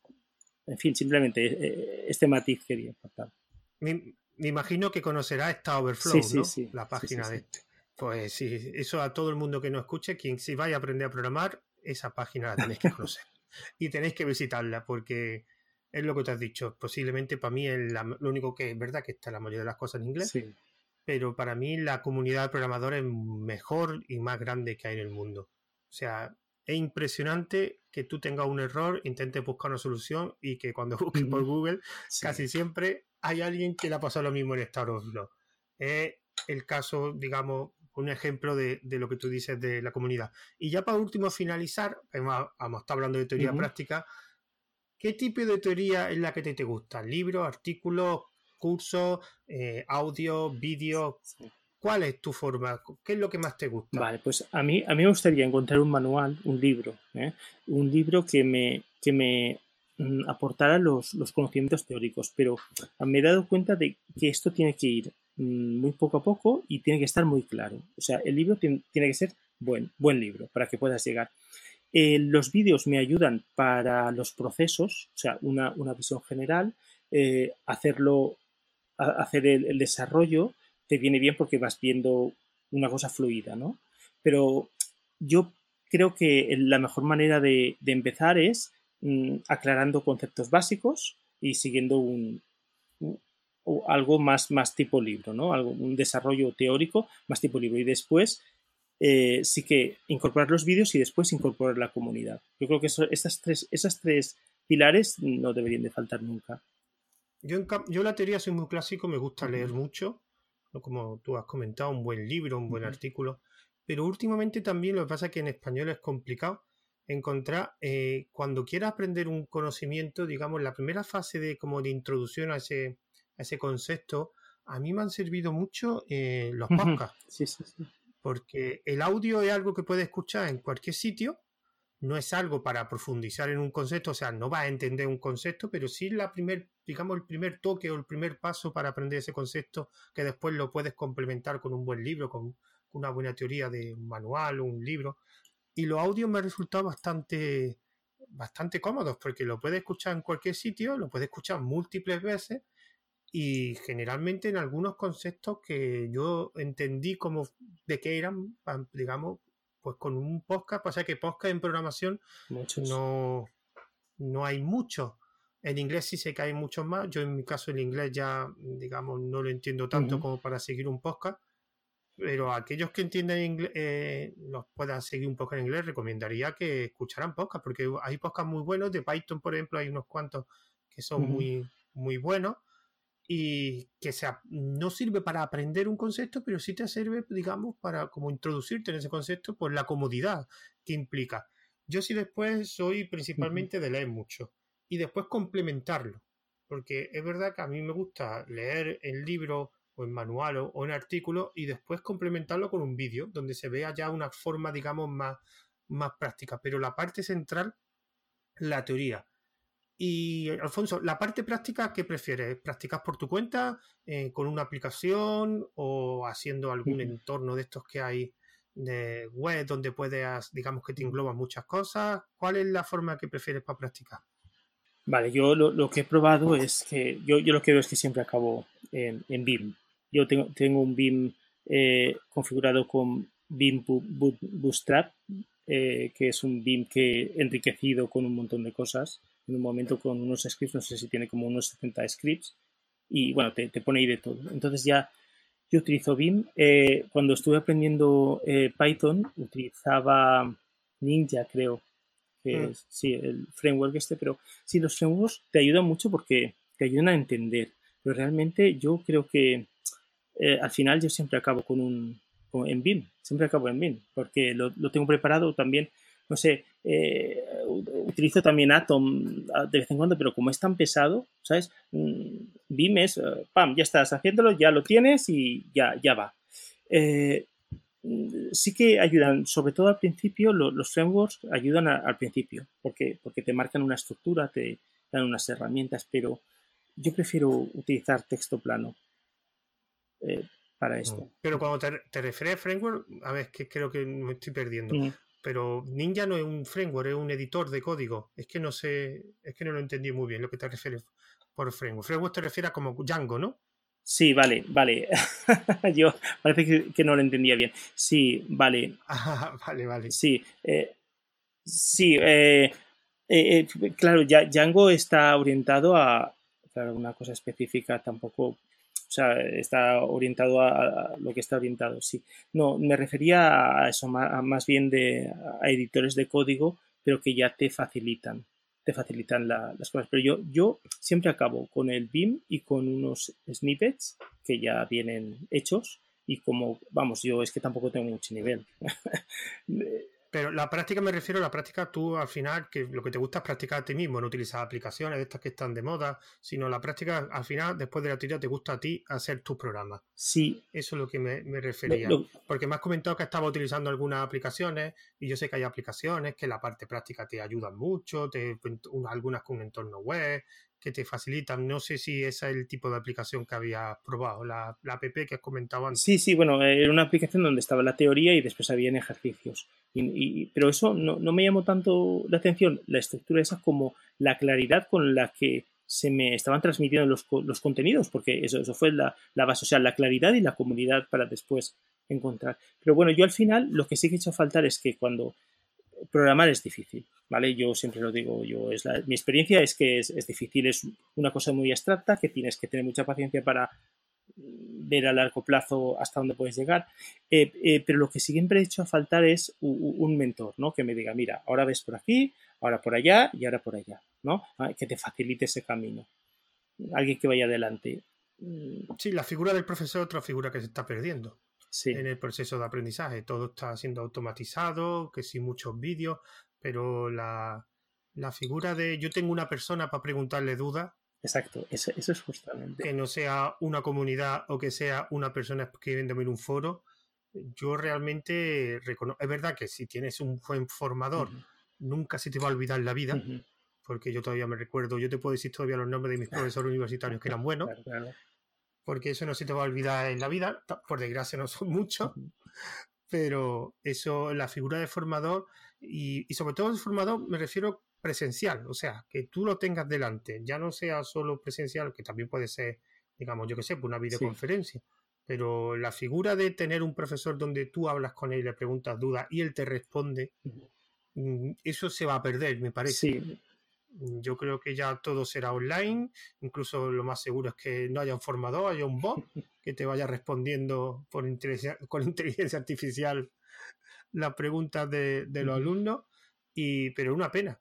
[SPEAKER 2] En fin, simplemente eh, este matiz quería aportar.
[SPEAKER 1] Me, me imagino que conocerá esta
[SPEAKER 2] Sí,
[SPEAKER 1] Overflow,
[SPEAKER 2] sí,
[SPEAKER 1] ¿no?
[SPEAKER 2] sí,
[SPEAKER 1] La
[SPEAKER 2] sí, sí,
[SPEAKER 1] página de
[SPEAKER 2] sí.
[SPEAKER 1] este. Pues sí, eso a todo el mundo que no escuche, quien si vaya a aprender a programar, esa página la tenéis que conocer. Y tenéis que visitarla porque es lo que te has dicho. Posiblemente para mí es la, lo único que es verdad que está la mayoría de las cosas en inglés,
[SPEAKER 2] Sí.
[SPEAKER 1] pero para mí la comunidad de programadores es mejor y más grande que hay en el mundo. O sea, es impresionante que tú tengas un error, intentes buscar una solución y que cuando busques por
[SPEAKER 2] Uh-huh.
[SPEAKER 1] Google,
[SPEAKER 2] Sí.
[SPEAKER 1] casi siempre hay alguien que le ha pasado lo mismo en Star Overflow. Es el caso, digamos, un ejemplo de, de lo que tú dices de la comunidad. Y ya para último finalizar, hemos, hemos estado hablando de teoría
[SPEAKER 2] Uh-huh.
[SPEAKER 1] práctica. ¿Qué tipo de teoría es la que te, te gusta? ¿Libros, artículos, cursos, eh, audio, vídeos?
[SPEAKER 2] Sí.
[SPEAKER 1] ¿Cuál es tu forma? ¿Qué es lo que más te gusta?
[SPEAKER 2] Vale, pues a mí, a mí me gustaría encontrar un manual, un libro, ¿eh? un libro que me, que me mm, aportara los, los conocimientos teóricos, pero me he dado cuenta de que esto tiene que ir mm, muy poco a poco y tiene que estar muy claro. O sea, el libro tiene, tiene que ser buen, buen libro para que puedas llegar. Eh, los vídeos me ayudan para los procesos, o sea, una, una visión general, eh, hacerlo, a, hacer el, el desarrollo te viene bien porque vas viendo una cosa fluida, ¿no? Pero yo creo que la mejor manera de, de empezar es mmm, aclarando conceptos básicos y siguiendo un, un, algo más, más tipo libro, ¿no? Algo, un desarrollo teórico más tipo libro. Y después eh, sí que incorporar los vídeos y después incorporar la comunidad. Yo creo que eso, estas, tres, esas tres pilares no deberían de faltar nunca.
[SPEAKER 1] Yo, en, yo la teoría soy muy clásico, me gusta
[SPEAKER 2] Uh-huh.
[SPEAKER 1] leer mucho, ¿no? Como tú has comentado, un buen libro, un buen
[SPEAKER 2] Uh-huh.
[SPEAKER 1] artículo, pero últimamente también lo que pasa es que en español es complicado encontrar, eh, cuando quieras aprender un conocimiento, digamos, la primera fase de como de introducción a ese, a ese concepto, a mí me han servido mucho eh, los
[SPEAKER 2] Uh-huh.
[SPEAKER 1] podcasts,
[SPEAKER 2] Sí, sí, sí.
[SPEAKER 1] porque el audio es algo que puedes escuchar en cualquier sitio, no es algo para profundizar en un concepto, o sea, no vas a entender un concepto, pero sí la primer, digamos, el primer toque o el primer paso para aprender ese concepto, que después lo puedes complementar con un buen libro, con una buena teoría de un manual o un libro. Y los audios me han resultado bastante, bastante cómodos, porque lo puedes escuchar en cualquier sitio, lo puedes escuchar múltiples veces y generalmente en algunos conceptos que yo entendí como de qué eran, digamos, pues con un podcast, pasa que podcast en programación
[SPEAKER 2] Muchos.
[SPEAKER 1] no, no hay muchos. En inglés sí sé que hay muchos más. Yo en mi caso el inglés ya, digamos, no lo entiendo tanto
[SPEAKER 2] Uh-huh.
[SPEAKER 1] como para seguir un podcast. Pero a aquellos que entienden inglés, eh, los puedan seguir un poco en inglés, recomendaría que escucharan podcast, porque hay podcasts muy buenos. De Python, por ejemplo, hay unos cuantos que son
[SPEAKER 2] Uh-huh.
[SPEAKER 1] muy, muy buenos y que sea, no sirve para aprender un concepto, pero sí te sirve, digamos, para como introducirte en ese concepto por la comodidad que implica. Yo sí después soy
[SPEAKER 2] Uh-huh.
[SPEAKER 1] principalmente de leer mucho y después complementarlo, porque es verdad que a mí me gusta leer el libro o en manual o, o en artículo y después complementarlo con un vídeo donde se vea ya una forma, digamos, más, más práctica, pero la parte central, la teoría. Y Alfonso, la parte práctica, ¿qué prefieres? ¿Practicas por tu cuenta, eh, con una aplicación o haciendo algún
[SPEAKER 2] Uh-huh.
[SPEAKER 1] entorno de estos que hay de web donde puedas, digamos que te engloban muchas cosas. ¿Cuál es la forma que prefieres para practicar?
[SPEAKER 2] Vale, yo lo, lo que he probado es que yo, yo lo que veo es que siempre acabo en, en Vim. Yo tengo, tengo un Vim eh, configurado con Vim Bootstrap, eh, que es un Vim que enriquecido con un montón de cosas. En un momento con unos scripts, no sé si tiene como unos setenta scripts, y bueno, te, te pone ahí de todo. Entonces ya yo utilizo Vim. Eh, cuando estuve aprendiendo eh, Python, utilizaba Ninja, creo, que
[SPEAKER 1] Mm.
[SPEAKER 2] es, sí, el framework este, pero sí, los frameworks te ayudan mucho porque te ayudan a entender, pero realmente yo creo que eh, al final yo siempre acabo con un, con, en Vim, siempre acabo en Vim, porque lo, lo tengo preparado también, no sé, eh, utilizo también Atom de vez en cuando, pero como es tan pesado, ¿sabes? Vim es, uh, pam, ya estás haciéndolo, ya lo tienes y ya, ya va. Eh, sí que ayudan, sobre todo al principio, lo, los frameworks ayudan a, al principio, porque, porque te marcan una estructura, te dan unas herramientas, pero yo prefiero utilizar texto plano eh, para esto.
[SPEAKER 1] Pero cuando te, te refieres a framework, a ver, es que creo que me estoy perdiendo.
[SPEAKER 2] Mm.
[SPEAKER 1] Pero Ninja no es un framework, es un editor de código. Es que no sé, es que no lo entendí muy bien lo que te refieres por framework. Framework te refieres a como Django, ¿no?
[SPEAKER 2] Sí, vale, vale. Yo parece que, que no lo entendía bien. Sí, vale.
[SPEAKER 1] Ah, vale, vale.
[SPEAKER 2] Sí, eh, sí. Eh, eh, eh, claro, ya, Django está orientado a, claro, una cosa específica tampoco, o sea, está orientado a, a lo que está orientado, sí. No, me refería a eso, a más bien de a editores de código, pero que ya te facilitan, te facilitan la, las cosas. Pero yo, yo siempre acabo con el Vim y con unos snippets que ya vienen hechos. Y como, vamos, yo es que tampoco tengo mucho nivel.
[SPEAKER 1] Pero la práctica me refiero a la práctica tú al final, que lo que te gusta es practicar a ti mismo, no utilizar aplicaciones de estas que están de moda, sino la práctica al final, después de la teoría, te gusta a ti hacer tus programas.
[SPEAKER 2] Sí.
[SPEAKER 1] Eso es lo que me, me refería.
[SPEAKER 2] Lo, lo,
[SPEAKER 1] Porque me has comentado que estaba utilizando algunas aplicaciones y yo sé que hay aplicaciones que la parte práctica te ayudan mucho, te, algunas con un entorno web que te facilitan. No sé si ese es el tipo de aplicación que habías probado, la, la app que has comentado antes.
[SPEAKER 2] Sí, sí, bueno, era una aplicación donde estaba la teoría y después habían ejercicios. Y, y, pero eso no, no me llamó tanto la atención, la estructura esa, como la claridad con la que se me estaban transmitiendo los, los contenidos, porque eso, eso fue la, la base, o sea, la claridad y la comunidad para después encontrar. Pero bueno, yo al final lo que sí que he hecho faltar es que cuando programar es difícil, ¿vale? Yo siempre lo digo, yo es la, mi experiencia es que es, es difícil, es una cosa muy abstracta que tienes que tener mucha paciencia para ver a largo plazo hasta dónde puedes llegar, eh, eh, pero lo que siempre he hecho a faltar es un, un mentor, ¿no? Que me diga, mira, ahora ves por aquí, ahora por allá y ahora por allá, ¿no? Que te facilite ese camino. Alguien que vaya adelante.
[SPEAKER 1] Sí, la figura del profesor es otra figura que se está perdiendo.
[SPEAKER 2] Sí.
[SPEAKER 1] En el proceso de aprendizaje. Todo está siendo automatizado, que sí, muchos vídeos, pero la, la figura de yo tengo una persona para preguntarle dudas.
[SPEAKER 2] Exacto, eso, eso es justamente.
[SPEAKER 1] Que no sea una comunidad o que sea una persona escribiéndome en un foro. Yo realmente reconozco. Es verdad que si tienes un buen formador, uh-huh. nunca se te va a olvidar la vida, uh-huh. porque yo todavía me recuerdo, yo te puedo decir todavía los nombres de mis profesores universitarios que eran buenos.
[SPEAKER 2] Claro, claro.
[SPEAKER 1] Porque eso no se te va a olvidar en la vida, por desgracia no son muchos, uh-huh. pero eso, la figura de formador, y, y sobre todo el formador me refiero presencial, o sea, que tú lo tengas delante, ya no sea solo presencial, que también puede ser, digamos, yo que sé, una videoconferencia, sí. pero la figura de tener un profesor donde tú hablas con él, le preguntas dudas y él te responde, uh-huh. eso se va a perder, me parece.
[SPEAKER 2] Sí.
[SPEAKER 1] Yo creo que ya todo será online, incluso lo más seguro es que no haya un formador, haya un bot que te vaya respondiendo por inteligencia, con inteligencia artificial las preguntas de, de los uh-huh. alumnos, y, pero es una pena,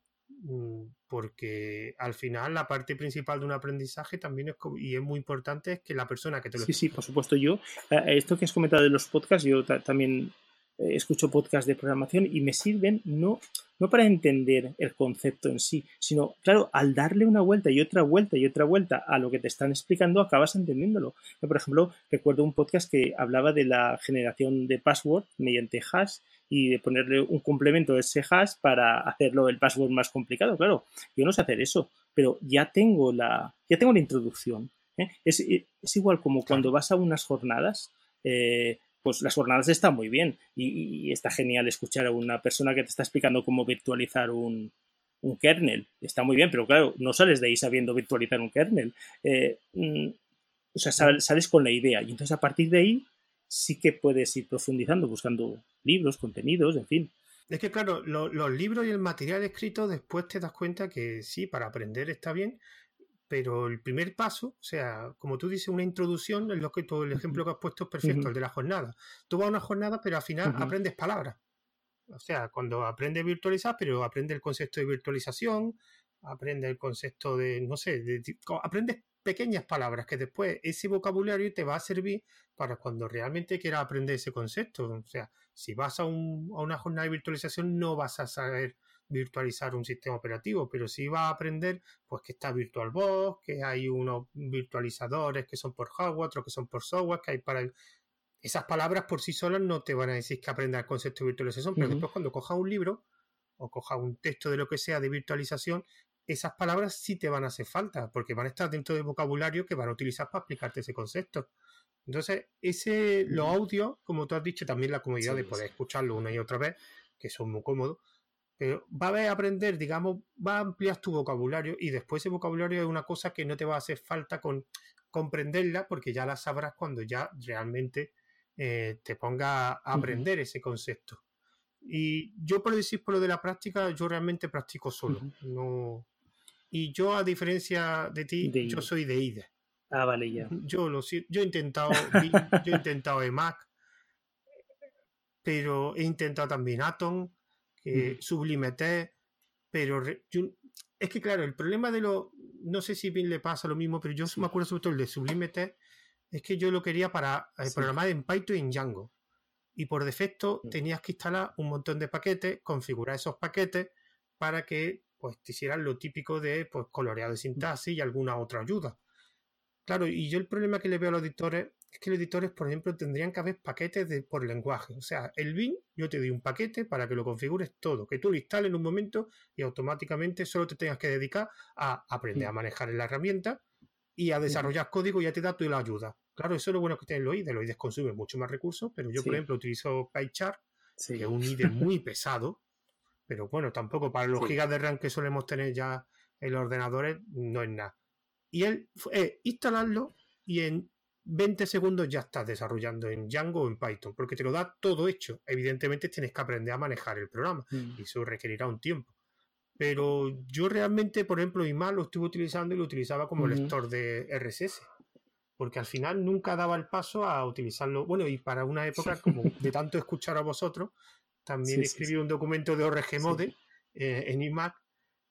[SPEAKER 1] porque al final la parte principal de un aprendizaje también es, y es muy importante, es que la persona que te lo
[SPEAKER 2] Sí, sí, por supuesto. Yo, esto que has comentado de los podcasts, yo ta- también escucho podcasts de programación y me sirven no, no para entender el concepto en sí, sino, claro, al darle una vuelta y otra vuelta y otra vuelta a lo que te están explicando, acabas entendiéndolo. Yo, por ejemplo, recuerdo un podcast que hablaba de la generación de password mediante hash y de ponerle un complemento a ese hash para hacerlo el password más complicado. Claro, yo no sé hacer eso, pero ya tengo la, ya tengo la introducción. ¿eh? Es, es igual como cuando vas a unas jornadas, eh, pues las jornadas están muy bien y, y está genial escuchar a una persona que te está explicando cómo virtualizar un, un kernel. Está muy bien, pero claro, no sales de ahí sabiendo virtualizar un kernel. Eh, mm, o sea, sales, sales con la idea y entonces a partir de ahí sí que puedes ir profundizando, buscando libros, contenidos, en fin.
[SPEAKER 1] Es que claro, lo, los libros y el material escrito después te das cuenta que sí, para aprender está bien, pero el primer paso, o sea, como tú dices, una introducción, es lo que tú, el ejemplo que has puesto es perfecto, uh-huh. el de la jornada. Tú vas a una jornada, pero al final uh-huh. aprendes palabras. O sea, cuando aprendes a virtualizar, pero aprendes el concepto de virtualización, aprendes el concepto de, no sé, de, de, aprendes pequeñas palabras que después ese vocabulario te va a servir para cuando realmente quieras aprender ese concepto. O sea, si vas a, un, a una jornada de virtualización no vas a saber virtualizar un sistema operativo, pero sí vas a aprender pues que está VirtualBox, que hay unos virtualizadores que son por hardware, otros que son por software, que hay para el... Esas palabras por sí solas no te van a decir que aprendas el concepto de virtualización, pero uh-huh. después cuando cojas un libro o cojas un texto de lo que sea de virtualización, esas palabras sí te van a hacer falta, porque van a estar dentro del vocabulario que van a utilizar para explicarte ese concepto. Entonces, ese, uh-huh. los audios, como tú has dicho, también la comodidad sí, de poder sí. escucharlo una y otra vez, que son muy cómodos, pero va a aprender, digamos, va a ampliar tu vocabulario y después ese vocabulario es una cosa que no te va a hacer falta con comprenderla porque ya la sabrás cuando ya realmente eh, te ponga a aprender uh-huh. ese concepto. Y yo, por decir por lo de la práctica, yo realmente practico solo. Uh-huh. No... Y yo, a diferencia de ti, de yo soy de I D E.
[SPEAKER 2] Ah, vale, ya.
[SPEAKER 1] Yo, lo, yo he intentado yo he intentado Emacs, pero he intentado también Atom, que uh-huh. Sublime Text, pero re, yo, es que claro, el problema de lo, no sé si bien le pasa lo mismo, pero yo sí. me acuerdo sobre todo el de Sublime Text, es que yo lo quería para eh, sí. programar en Python y en Django. Y por defecto uh-huh. tenías que instalar un montón de paquetes, configurar esos paquetes para que pues te hicieran lo típico de pues, coloreado de sintaxis y alguna otra ayuda. Claro, y yo el problema que le veo a los editores es que los editores, por ejemplo, tendrían que haber paquetes de, por lenguaje. O sea, el bin, yo te doy un paquete para que lo configures todo, que tú lo instales en un momento y automáticamente solo te tengas que dedicar a aprender a manejar la herramienta y a desarrollar sí. código y ya te da toda la ayuda. Claro, eso es lo bueno que tiene los I D E. Los I D E consumen mucho más recursos, pero yo, sí. por ejemplo, utilizo PyChart, sí. que es un I D E muy pesado, pero bueno, tampoco para los sí. gigas de RAM que solemos tener ya en los ordenadores no es nada. Y él es instalarlo y en veinte segundos ya estás desarrollando en Django o en Python, porque te lo da todo hecho. Evidentemente tienes que aprender a manejar el programa mm. y eso requerirá un tiempo. Pero yo realmente, por ejemplo, I M A X lo estuve utilizando y lo utilizaba como uh-huh. lector de R S S, porque al final nunca daba el paso a utilizarlo. Bueno, y para una época, como de tanto escuchar a vosotros, también sí, escribí sí, sí. un documento de O R G Mode sí. eh, en I M A X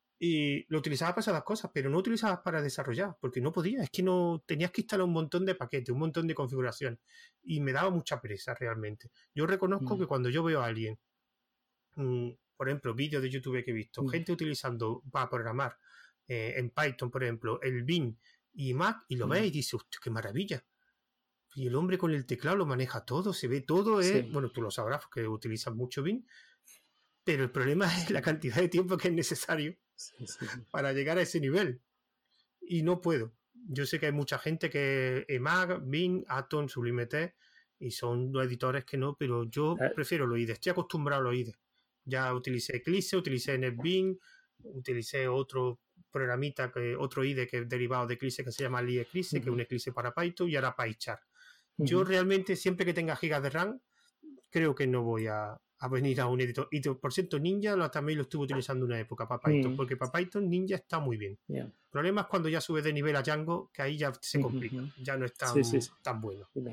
[SPEAKER 1] y lo utilizabas para esas cosas, pero no utilizabas para desarrollar, porque no podía, es que no tenías que instalar un montón de paquetes, un montón de configuraciones, y me daba mucha pereza realmente. Yo reconozco mm. que cuando yo veo a alguien, mmm, por ejemplo, vídeos de YouTube que he visto, mm. gente utilizando para programar eh, en Python, por ejemplo, el bin y Mac, y lo mm. ves y dices, hostia, qué maravilla. Y el hombre con el teclado lo maneja todo, se ve todo, eh. sí. bueno, tú lo sabrás porque utilizas mucho bin, pero el problema es la cantidad de tiempo que es necesario sí, sí, sí. para llegar a ese nivel. Y no puedo. Yo sé que hay mucha gente que Emacs, bin, Atom, Sublime Text, y son los editores que no, pero yo ¿Eh? prefiero los I D E. Estoy acostumbrado a los I D E. Ya utilicé Eclipse, utilicé NetBeans, utilicé otro programita, que, otro I D E que es derivado de Eclipse que se llama LiEclipse, uh-huh. que es un Eclipse para Python, y ahora PyChart. Uh-huh. Yo realmente, siempre que tenga gigas de RAM, creo que no voy a, a venir a un editor. Y por cierto, Ninja lo, también lo estuve utilizando una época para Python, mm. porque para Python Ninja está muy bien. Yeah. El problema es cuando ya subes de nivel a Django, que ahí ya se complica, mm-hmm. ya no es tan, sí, sí, sí. tan bueno. Sí.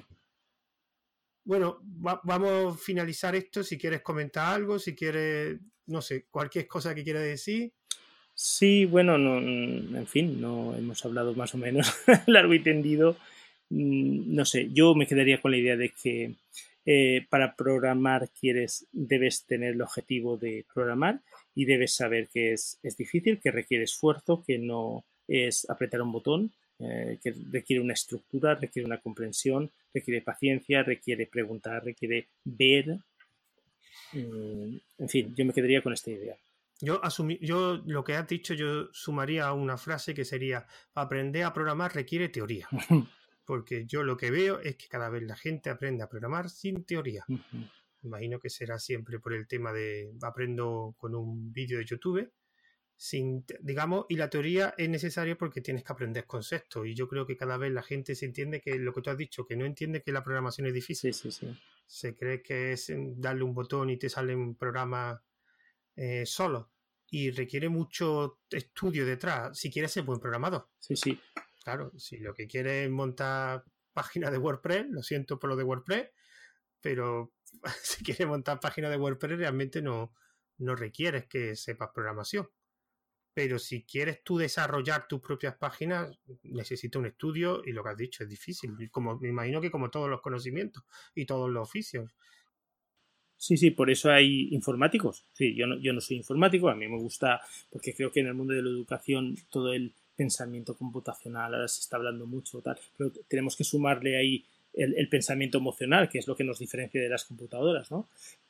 [SPEAKER 1] Bueno, va, vamos a finalizar esto. Si quieres comentar algo, si quieres, no sé, cualquier cosa que quieras decir.
[SPEAKER 2] Sí, bueno, no, en fin, no hemos hablado más o menos largo y tendido. No sé, yo me quedaría con la idea de que Eh, para programar quieres, debes tener el objetivo de programar y debes saber que es, es difícil, que requiere esfuerzo, que no es apretar un botón, eh, que requiere una estructura, requiere una comprensión, requiere paciencia, requiere preguntar, requiere ver. Mm, en fin, yo me quedaría con esta idea.
[SPEAKER 1] Yo, asumí, yo lo que has dicho, yo sumaría una frase que sería: aprender a programar requiere teoría. porque yo lo que veo es que cada vez la gente aprende a programar sin teoría.
[SPEAKER 2] Uh-huh.
[SPEAKER 1] Imagino que será siempre por el tema de aprendo con un vídeo de YouTube, sin, digamos, y la teoría es necesaria porque tienes que aprender conceptos, y yo creo que cada vez la gente se entiende que lo que tú has dicho, que no entiende que la programación es difícil.
[SPEAKER 2] Sí, sí, sí.
[SPEAKER 1] Se cree que es darle un botón y te sale un programa eh, solo, y requiere mucho estudio detrás si quieres ser buen programador.
[SPEAKER 2] Sí, sí.
[SPEAKER 1] Claro, si lo que quieres es montar páginas de WordPress, lo siento por lo de WordPress, pero si quieres montar páginas de WordPress realmente no, no requieres que sepas programación. Pero si quieres tú desarrollar tus propias páginas, necesitas un estudio, y lo que has dicho es difícil. Como, me imagino que como todos los conocimientos y todos los oficios.
[SPEAKER 2] Sí, sí, por eso hay informáticos. Sí, yo no, yo no soy informático, a mí me gusta, porque creo que en el mundo de la educación todo el pensamiento computacional ahora se está hablando mucho, tal, pero tenemos que sumarle ahí el, el pensamiento emocional, que es lo que nos diferencia de las computadoras, ¿no?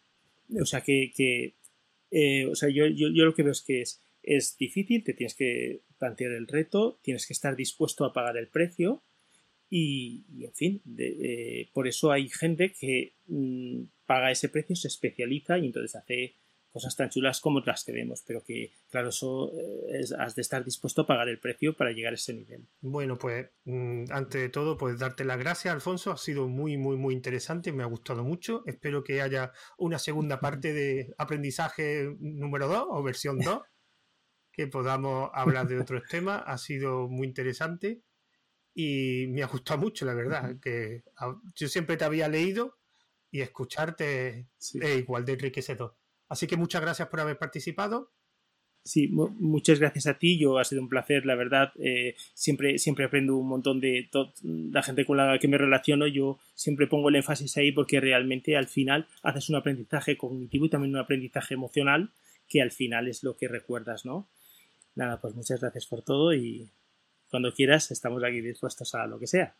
[SPEAKER 2] O sea, que, que eh, o sea, yo, yo, yo lo que veo es que es, es difícil, te tienes que plantear el reto, tienes que estar dispuesto a pagar el precio y, y en fin, de, eh, por eso hay gente que mmm, paga ese precio, se especializa y entonces hace cosas tan chulas como las que vemos, pero que, claro, eso eh, es, has de estar dispuesto a pagar el precio para llegar a ese nivel.
[SPEAKER 1] Bueno, pues mmm, antes de todo, pues darte las gracias, Alfonso. Ha sido muy, muy, muy interesante, me ha gustado mucho. Espero que haya una segunda parte de aprendizaje número dos o versión dos, que podamos hablar de otros temas. Ha sido muy interesante y me ha gustado mucho, la verdad, que yo siempre te había leído y escucharte sí. Es igual de enriquecedor. Así que muchas gracias por haber participado.
[SPEAKER 2] Sí, muchas gracias a ti. Yo ha sido un placer, la verdad. Eh, siempre, siempre aprendo un montón de to- la gente con la que me relaciono. Yo siempre pongo el énfasis ahí porque realmente al final haces un aprendizaje cognitivo y también un aprendizaje emocional que al final es lo que recuerdas, ¿no? Nada, pues muchas gracias por todo y cuando quieras estamos aquí dispuestos a lo que sea.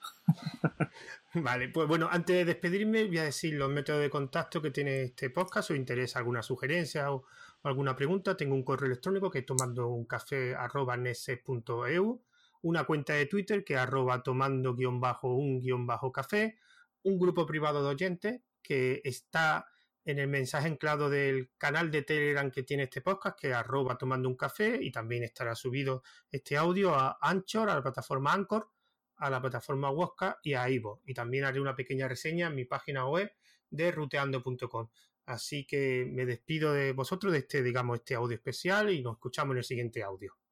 [SPEAKER 1] Vale, pues bueno, antes de despedirme voy a decir los métodos de contacto que tiene este podcast. ¿Os interesa alguna sugerencia o, o alguna pregunta? Tengo un correo electrónico que es tomando un café arroba nese punto e u, una cuenta de Twitter que es arroba tomando guión bajo un guión bajo café, un grupo privado de oyentes que está en el mensaje anclado del canal de Telegram que tiene este podcast, que es arroba tomando un café, y también estará subido este audio a Anchor, a la plataforma Anchor, a la plataforma Wosca y a iVoox. Y también haré una pequeña reseña en mi página web de ruteando punto com. Así que me despido de vosotros de este, digamos, este audio especial y nos escuchamos en el siguiente audio.